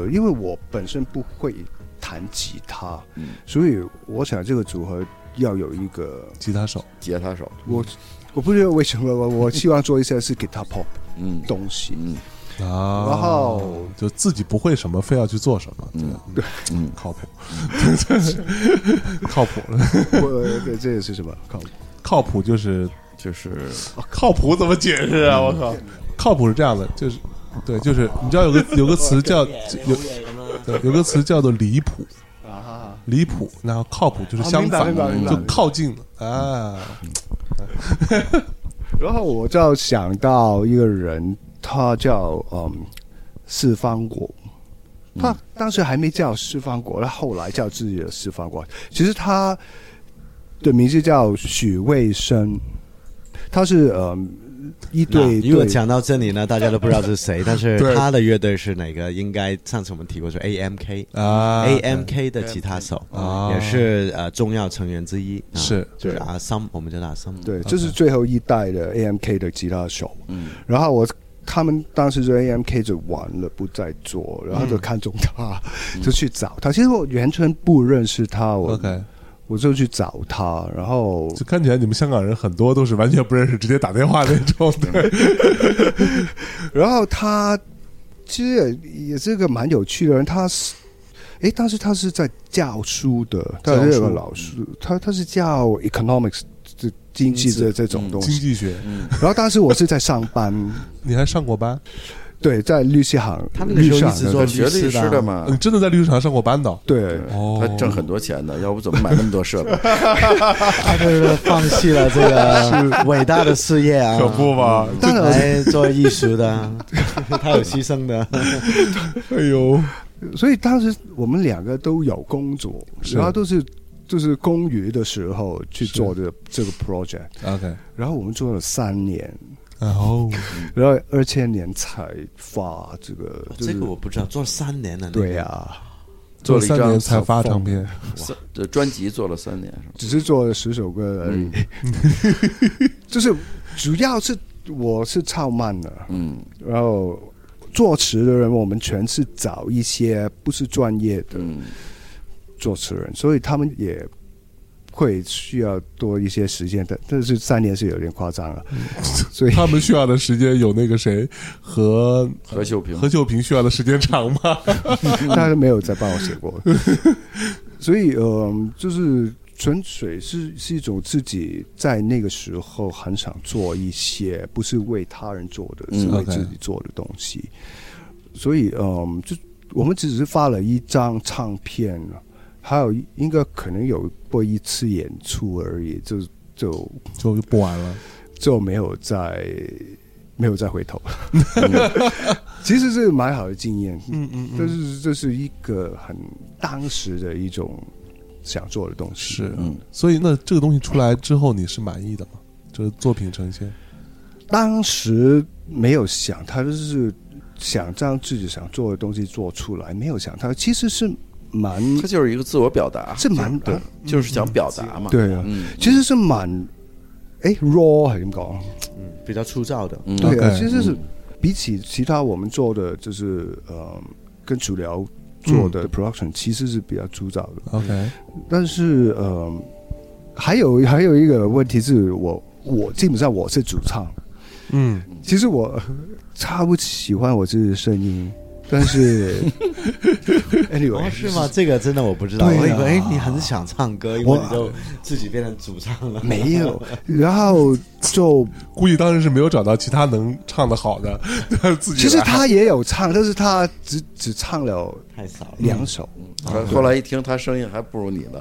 因为我本身不会弹吉他，嗯，所以我想这个组合要有一个吉他手， 吉他手。 我我不知道为什么，我我希望做一些是 guitar pop 嗯东西，嗯啊， 然后就自己不会什么，非要去做什么， 嗯，对， 嗯，靠谱，靠谱。 我对这个是什么？靠谱， 靠谱就是就是靠谱怎么解释啊？我靠！靠谱是这样的，就是对，就是你知道有个有个词叫有对有个词叫做离谱啊，离谱，然后靠谱就是相反，就靠近了啊。 然后我就想到一个人，他叫嗯四方果，他当时还没叫四方果，他后来叫自己的四方果。其实他的名字叫许卫生，他是嗯。一队， 如果讲到这里呢，大家都不知道是谁，但是他的乐队是哪个？应该上次我们提过是 A M K 啊 ，A M K 的吉他手啊，也是呃重要成员之一， 是就是阿森，我们叫阿森， 对，这是最后一代的 A M K 的吉他手。嗯，然后我他们当时就 A M K 就完了，不再做，然后就看中他，就去找他。其实我完全不认识他，我 OK。 我就去找他，然后就看起来你们香港人很多都是完全不认识，直接打电话那种的。 然后他其实也也是个蛮有趣的人，他是，哎，但是他是在教书的，他是个老师，他他是教 economics 经济这这种东西， 经济学。 嗯、然后当时我是在上班， 你还上过班？ 对，在律师行， 他那个时候一直做学律师的嘛。 你真的在律师行上过班的？ 对， 哦， 他挣很多钱的，要不怎么买那么多设备？ 他就是放弃了这个伟大的事业啊， 可不嘛， 来做艺术的，他有牺牲的。 哎呦， 所以当时我们两个都有工作，然后都是就是公余的时候去做这个这个 project。 OK， 然后我们做了三年。 然后， 然后二千年才发这个， 就是、这个我不知道，做三年了、那个。对呀、啊， 做了三年才发唱片， 这专辑做了三年， 只是做了十首歌而已。嗯、就是主要是我是唱慢的，嗯，然后作词的人我们全是找一些不是专业的。嗯作词人，所以他们也会需要多一些时间的，但是三年是有点夸张了，所以他们需要的时间有那个谁和何秀萍何秀萍需要的时间长吗？ 他都没有再帮我写过，所以呃，就是纯粹是是一种自己在那个时候很想做一些不是为他人做的，是为自己做的东西，嗯、所以嗯、呃，就我们只是发了一张唱片。还有应该可能有过一次演出而已，就就就不玩了， 就没有再没有再回头。其实是蛮好的经验，嗯嗯，但是这是一个很当时的一种想做的东西， 是，嗯。所以那这个东西出来之后，你是满意的吗？就是作品呈现， 当时没有想，他就是想将自己想做的东西做出来，没有想他其实是。蛮， 它就是一个自我表达， 是蛮对，啊、就是想表达嘛。 对啊，嗯、其实是蛮，哎 ，raw 係點講？ 嗯，比較粗糙的。 嗯、對啊， okay, 其實是、嗯、比起其他我們做的，就是呃，跟主流做的 production，、嗯、其實是比較粗糙的。 OK， 但是呃，還有還有一個問題是我我基本上我是主唱，嗯，其實我超不喜歡我自己的聲音。但是 ，anyway，、 哦、是嗎？這個真的我不知道。我以為，哎，你很想唱歌，因為你就自己變成主唱了。 沒有，然後就估計當時是沒有找到其他能唱得好的，自己。 其實他也有唱，但是他只只唱了太少了兩首。 嗯啊、後來一聽，他聲音還不如你呢。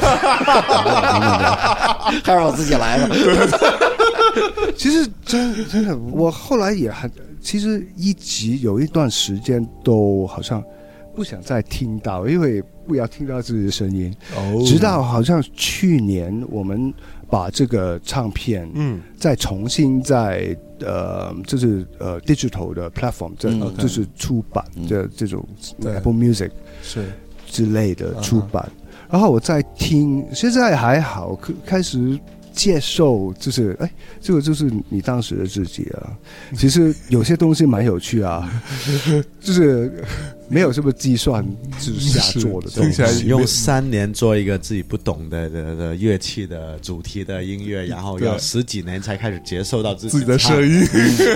還是我自己來吧。 其實真真的，我後來也很。其實一直有一段時間都好像不想再聽到，因為不要聽到自己的聲音。Oh. 直到好像去年我們把這個唱片，嗯，再重新在呃，就是呃 digital 的 platform， 這、嗯、就是出版這、嗯、這種 Apple Music 是之類的出版。Uh-huh. 然後我再聽，現在還好，開始。接受就是哎，這個就是你當時的自己啊。其實有些東西蠻有趣啊，就是沒有什麼計算之下做的東西。 用三年做一個自己不懂的的的樂器的主題的音樂，然後要十幾年才開始接受到自己自己的聲音，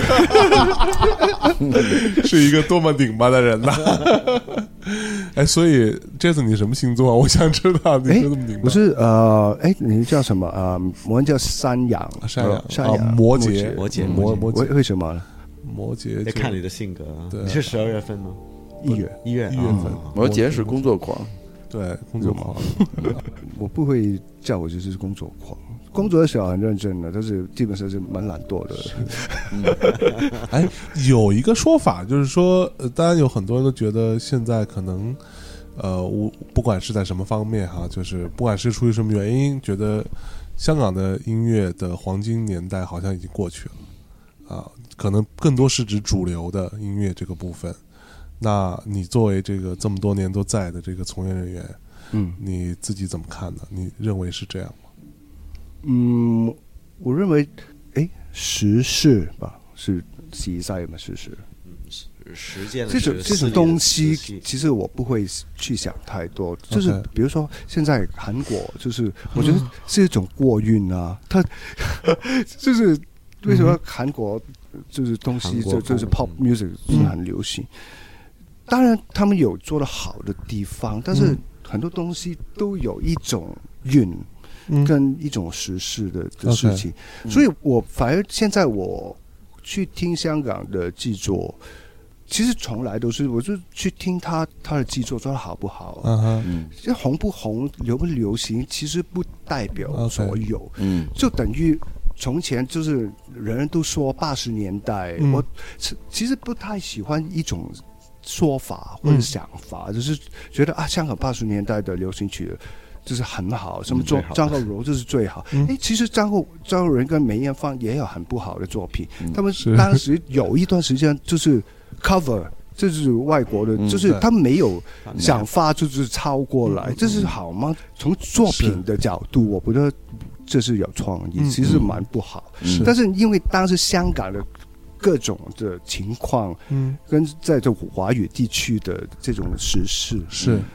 是一個多麼頂巴的人呐、啊！哎，所以 Jason 你什麼星座啊？我想知道你是這麼頂巴。 我是呃，哎，你叫什麼啊？呃我們叫山羊， 山羊， 山羊， 啊、摩羯， 摩羯， 摩摩羯， 為什麼呢？ 摩羯， 得看你的性格、啊。 對， 你是十二月份嗎？ 一月， 一月， 一月份。 哦、 摩羯是工作狂， 對，工作狂。 我不會叫我就是工作狂，工作的時候很認真的，但是基本上是蠻懶惰的。 嗯、哎，有一個說法就是說，呃，當然有很多人都覺得現在可能。呃，我不管是在什麼方面哈，就是不管是出於什麼原因，覺得香港的音樂的黃金年代好像已經過去了啊，可能更多是指主流的音樂這個部分。那你作為這個這麼多年都在的這個從業人員，嗯，你自己怎麼看呢？你認為是這樣嗎？ 嗯，我認為，誒，時事吧，是時勢嘛，時事。 實踐這種這種東西，其實我不會去想太多。就是比如說，現在韓國，就是我覺得是一種過運啊。它就是為什麼韓國就是東西就就是 pop music 是很流行。當然，他們有做得好的地方，但是很多東西都有一種運跟一種時事的的事情。所以我反而現在我去聽香港的製作。其實從來都是，我就去聽他他的製作做得好不好，嗯，紅不紅、流不流行，其實不代表所有，嗯，就等於從前就是人人都說八十年代，嗯、我其實不太喜歡一種說法或者想法，嗯、就是覺得啊，香港八十年代的流行曲就是很好，什麼張張國榮就是最好，哎、嗯，其實張國張國榮跟梅艷芳也有很不好的作品，嗯、他們當時有一段時間就是。cover 這是外國的、嗯，就是他沒有想法，就是抄過來，嗯、這是好嗎？從作品的角度，我覺得這是有創意，嗯、其實蠻不好、嗯。但是因為當時香港的各種的情況，嗯，跟在這華語地區的這種時事，是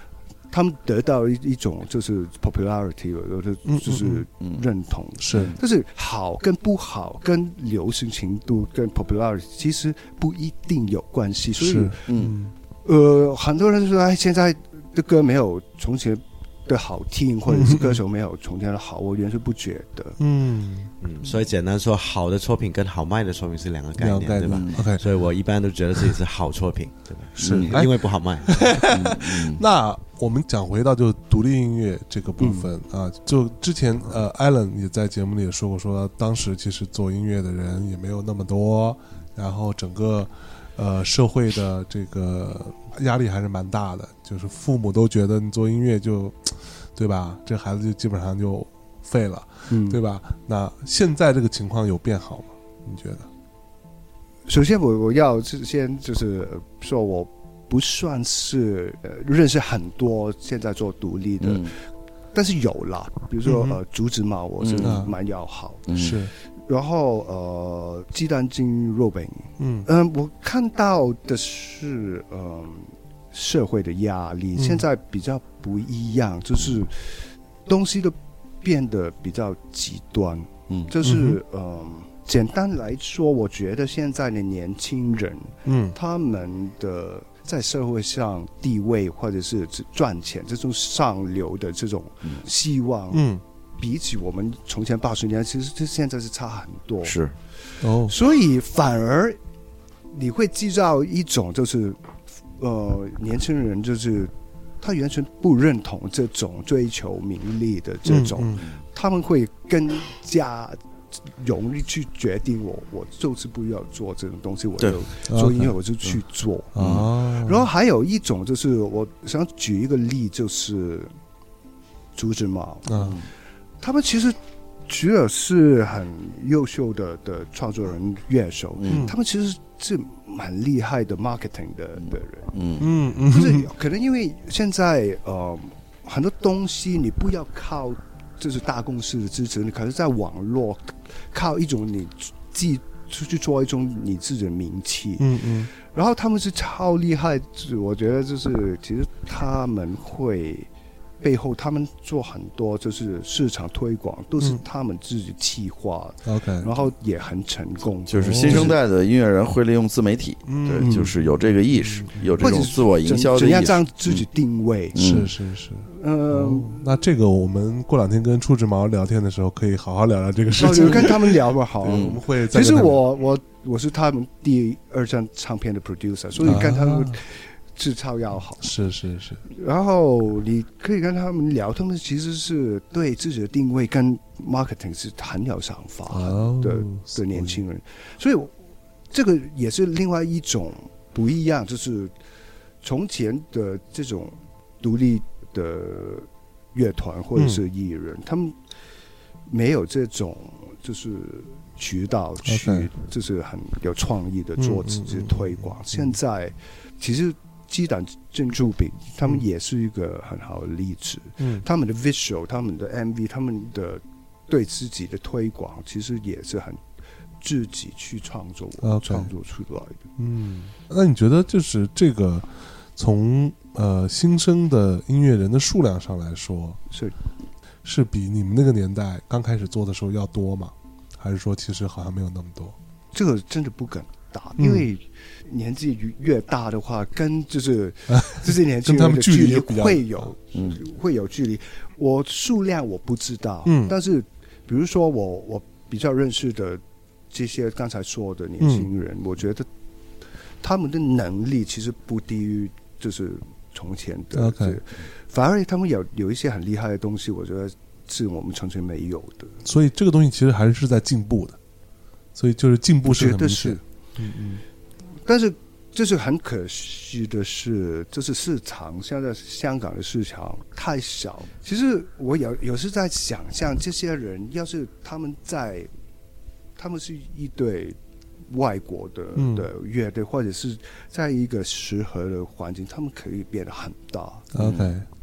他们得到一一种就是 popularity， 就是认同， 嗯嗯嗯是， 但是好跟不好跟流行程度跟 popularity 其实不一定有关系，所以嗯呃很多人说哎现在的歌没有从前的好听，或者是歌手没有从前的好，我原是不觉得。 嗯嗯，所以简单说，好的作品跟好卖的作品是两个概念，对吧、 嗯、？OK， 所以我一般都觉得自己是好作品，对吧？ 是、 嗯、因为不好卖。 嗯嗯、那我们讲回到就独立音乐这个部分、嗯、啊，就之前呃 ，Alan 也在节目里也说过，说当时其实做音乐的人也没有那么多，然后整个呃社会的这个压力还是蛮大的，就是父母都觉得你做音乐就。对吧？这孩子就基本上就废了，嗯，对吧？那现在这个情况有变好吗？你觉得？ 首先我，我我要先就是说，我不算是呃认识很多现在做独立的，嗯、但是有啦，比如说、嗯、呃竹子毛，我是蛮要好， 嗯、是。 然后呃鸡蛋精肉饼，嗯嗯、呃，我看到的是嗯。呃社会的压力、嗯、现在比较不一样，就是东西都变得比较极端。嗯，就是嗯、呃，简单来说，我觉得现在的年轻人，嗯，他们的在社会上地位或者是赚钱这种上流的这种希望，嗯，比起我们从前八十年，其实现在是差很多。 是， 哦，所以反而你会制造一种就是。呃，年轻人就是他完全不认同这种追求名利的这种，嗯嗯、他们会更加容易去决定我，我就是不要做这种东西，我就做音乐我就去做。嗯嗯、然后还有一种就是我想举一个例，就是竹子毛，嗯，他们其实除了是很优秀的的创作人、乐手，嗯，他们其实是蛮厉害的 marketing 的的人，嗯嗯嗯，就是可能因为现在呃很多东西你不要靠就是大公司的支持，你可能在网络靠一种你自己出去做一种你自己的名气，嗯嗯，然后他们是超厉害，我觉得就是其实他们会。背后他们做很多就是市场推广都是他们自己企划、嗯、OK， 然后也很成功， 就是新生代的音乐人会利用自媒体、嗯、对，就是有这个意识、嗯、有这种自我营销的意识， 怎样让自己定位、 嗯、是是是嗯、哦，那这个我们过两天跟出直毛聊天的时候可以好好聊聊这个事情、 哦、跟他们聊吧好、 嗯、我们会其实我我我是他们第二张唱片的 producer， 所以跟他们、啊制造要好， 是是是， 然后你可以跟他们聊，他们其实是对自己的定位跟 marketing 是很有想法的、哦、的年轻人，所以这个也是另外一种不一样，就是从前的这种独立的乐团或者是艺人、嗯，他们没有这种就是渠道去，就是很有创意的做自己推广。嗯嗯嗯、现在其实。鸡蛋珍珠饼，他们也是一个很好的例子。嗯，他们的 visual， 他们的 M V， 他们的对自己的推广，其实也是很自己去创作、okay. 创作出来的。 嗯，那你觉得就是这个从呃新生的音乐人的数量上来说， 是是比你们那个年代刚开始做的时候要多吗？还是说其实好像没有那么多？ 这个真的不敢答，因为。年纪越大的话，跟就是这些年轻人的距离会有，嗯，会有距离。我数量我不知道，嗯，但是比如说我我比较认识的这些刚才说的年轻人，嗯、我觉得他们的能力其实不低于就是从前的， okay. 反而他们有有一些很厉害的东西，我觉得是我们从前没有的。 所以这个东西其实还是在进步的，所以就是进步是很明显， 嗯嗯。但是这是很可惜的是，就是市场现在香港的市场太小。其实我有有时在想象，这些人要是他们在，他们是一对外国的、嗯、的乐队，或者是在一个适合的环境，他们可以变得很大。 OK，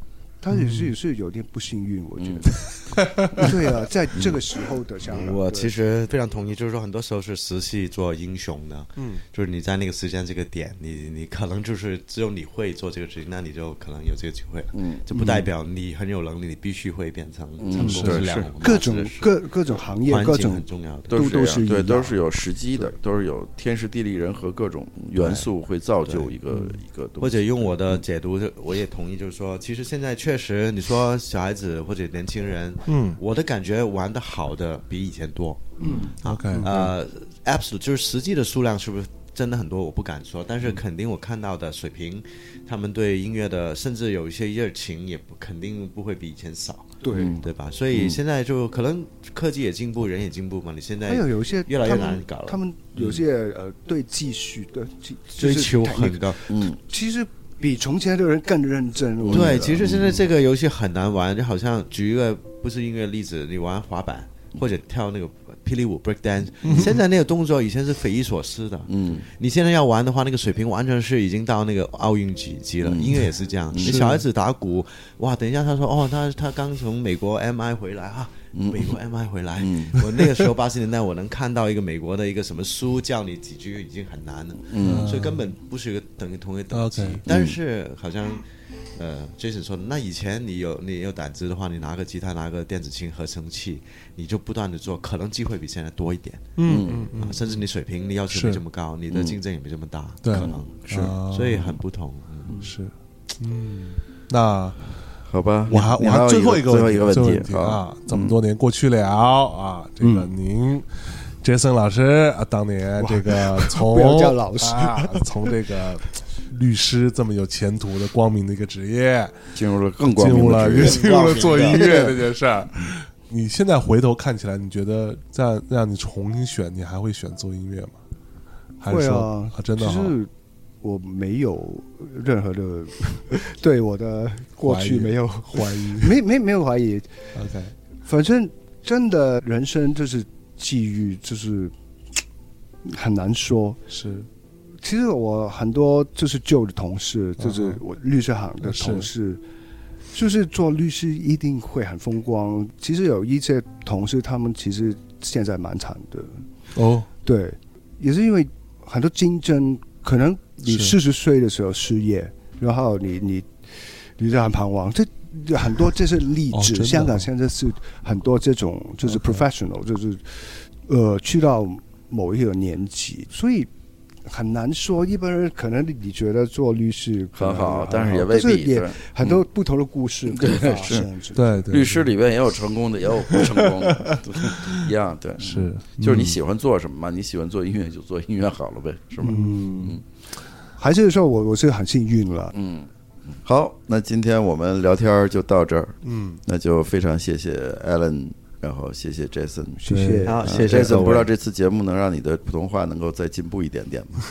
他也是也是有点不幸运，我觉得。嗯、对啊，在这个时候的香港， 我其实非常同意，就是说很多时候是时势做英雄的，嗯，就是你在那个时间这个点，你你可能就是只有你会做这个事情，那你就可能有这个机会了，嗯，这不代表你很有能力，你必须会变成成功是两种， 各种各各种行业各种很重要的， 都是都是对，都是有时机的，都是有天时地利人和各种元素会造就一个一个东西。 或者用我的解读，我也同意，就是说，其实现在确实你说小孩子或者年轻人，嗯，我的感觉玩的好的比以前多， 嗯 ，OK， 呃 ，absolute 就是实际的数量是不是真的很多？我不敢说，但是肯定我看到的水平，他们对音乐的，甚至有一些热情，也不肯定不会比以前少， 对对吧？所以现在就可能科技也进步，人也进步嘛。你现在还有有一些越来越难搞了， 他们有些呃对技术的追求很高， 嗯，其实。比从前的人更认真。 对，其实现在这个游戏很难玩，就好像举一个不是音乐例子，你玩滑板或者跳那个霹雳舞 break dance，、嗯、现在那个动作以前是匪夷所思的，嗯，你现在要玩的话，那个水平完全是已经到那个奥运级级了、嗯。音乐也是这样，你小孩子打鼓，哇，等一下他说哦，他他刚从美国 M I 回来啊。美国 M I 回来、嗯，我那个时候八十年代，我能看到一个美国的一个什么书教你几句已经很难了，嗯，所以根本不是一个等于同一个等级。Okay, 但是好像，呃 ，Jason 说的，那以前你有你有胆子的话，你拿个吉他，拿个电子琴合成器，你就不断的做，可能机会比现在多一点，嗯嗯嗯、啊，甚至你水平你要求没这么高，你的竞争也没这么大，可能是，所以很不同，嗯， 是，嗯，那。 好吧， 我还我还最后一个最后一个问题, 问题啊，这么多年过去了啊，这个您 Jason 老师啊，当年这个从不要叫老师啊，从这个律师这么有前途的光明的一个职业， 进入了更光明的职业， 进入了做音乐这件事儿。你现在回头看起来，你觉得这样让你重新选，你还会选做音乐吗？还是说啊， 啊真的好？ 我没有任何的对我的过去没有怀疑， 没没没有怀疑。 OK， 反正真的人生就是际遇，就是很难说。 是， 其实我很多就是旧的同事，就是我律师行的同事，就是做律师一定会很风光。其实有一些同事，他们其实现在蛮惨的。 哦， 对，也是因为很多竞争。可能你四十岁的时候失业，然后你你你就很彷徨，这很多这是例子、哦。香港现在是很多这种就是 professional，、okay. 就是呃去到某一个年纪，所以很难说。一般人可能你觉得做律师很好，但是也未必， 也很多不同的故事可以发生。 对对， 律师里边也有成功的，也有不成功的，一样。对， 是， 就是你喜欢做什么嘛？你喜欢做音乐就做音乐好了呗，是吗？ 嗯，嗯还是说我我是很幸运了。 嗯，好，那今天我们聊天就到这儿。 嗯， 那就非常谢谢 Alan。然后谢谢 Jason， 谢谢， 好，谢谢 Jason。不知道这次节目能让你的普通话能够再进步一点点吗？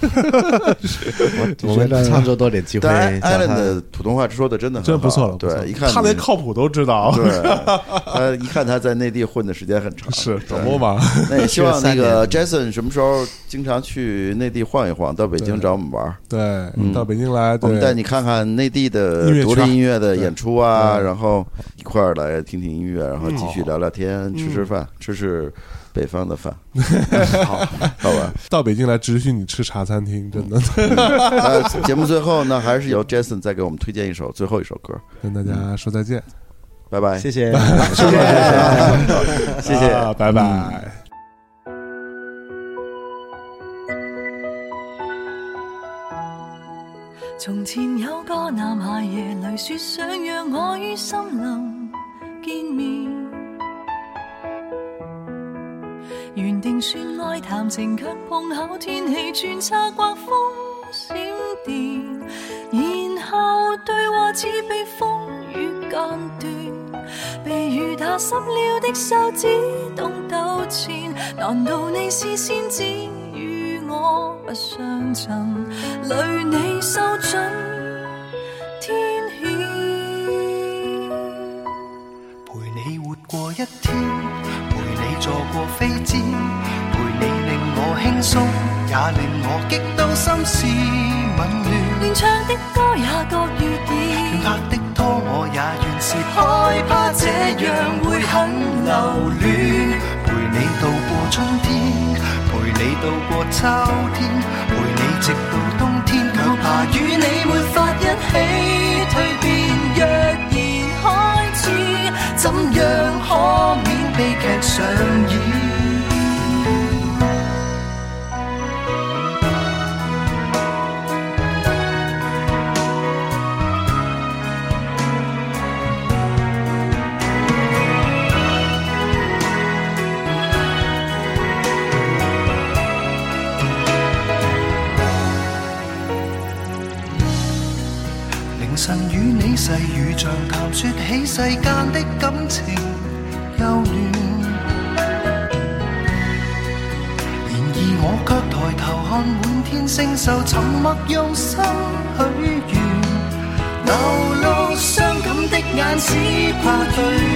我们创作多点机会。 但 Alan 的普通话说的真的很好， 真不错了。 对，一看他连靠谱都知道。 对，他一看他在内地混的时间很长， 是懂不嘛？ 那也希望那个 Jason 什么时候经常去内地晃一晃，到北京找我们玩。 对，嗯、到北京来， 我们带你看看内地的独立音乐的演出啊，然后一块儿来听听音乐，然后继续聊聊天，吃吃饭，吃吃北方的饭。好，好吧。 到北京来只许你吃茶餐厅，真的。 那节目最后呢，还是由 Jason 再给我们推荐一首最后一首歌， 跟大家说再见， 拜拜， 谢谢， 谢谢，谢谢， 啊、拜拜。 從前有個男孩夜裏說想讓我於森林見面，原定說愛談情，卻碰巧天氣轉差，刮風閃電，然後對話似被風雨間斷，被雨打濕了的手指動糾纏，難道你是先知與我不相襯，淚你收盡天險， 陪你活過一天，陪你坐過飛氈，陪你令我輕鬆，也令我激到心思紊亂， 連唱的歌也各預言。 拍的拖我也願是害怕這樣會很留戀，陪你度過春天，陪你度過秋天，陪你直到冬天，卻怕與你沒法一起蛻變。若然開始，怎樣可免悲劇上演？晨與你細語像談說起世間的感情幼嫩，然而我卻抬頭看滿天星宿，沉默用心許願，流露傷感的眼，只怕對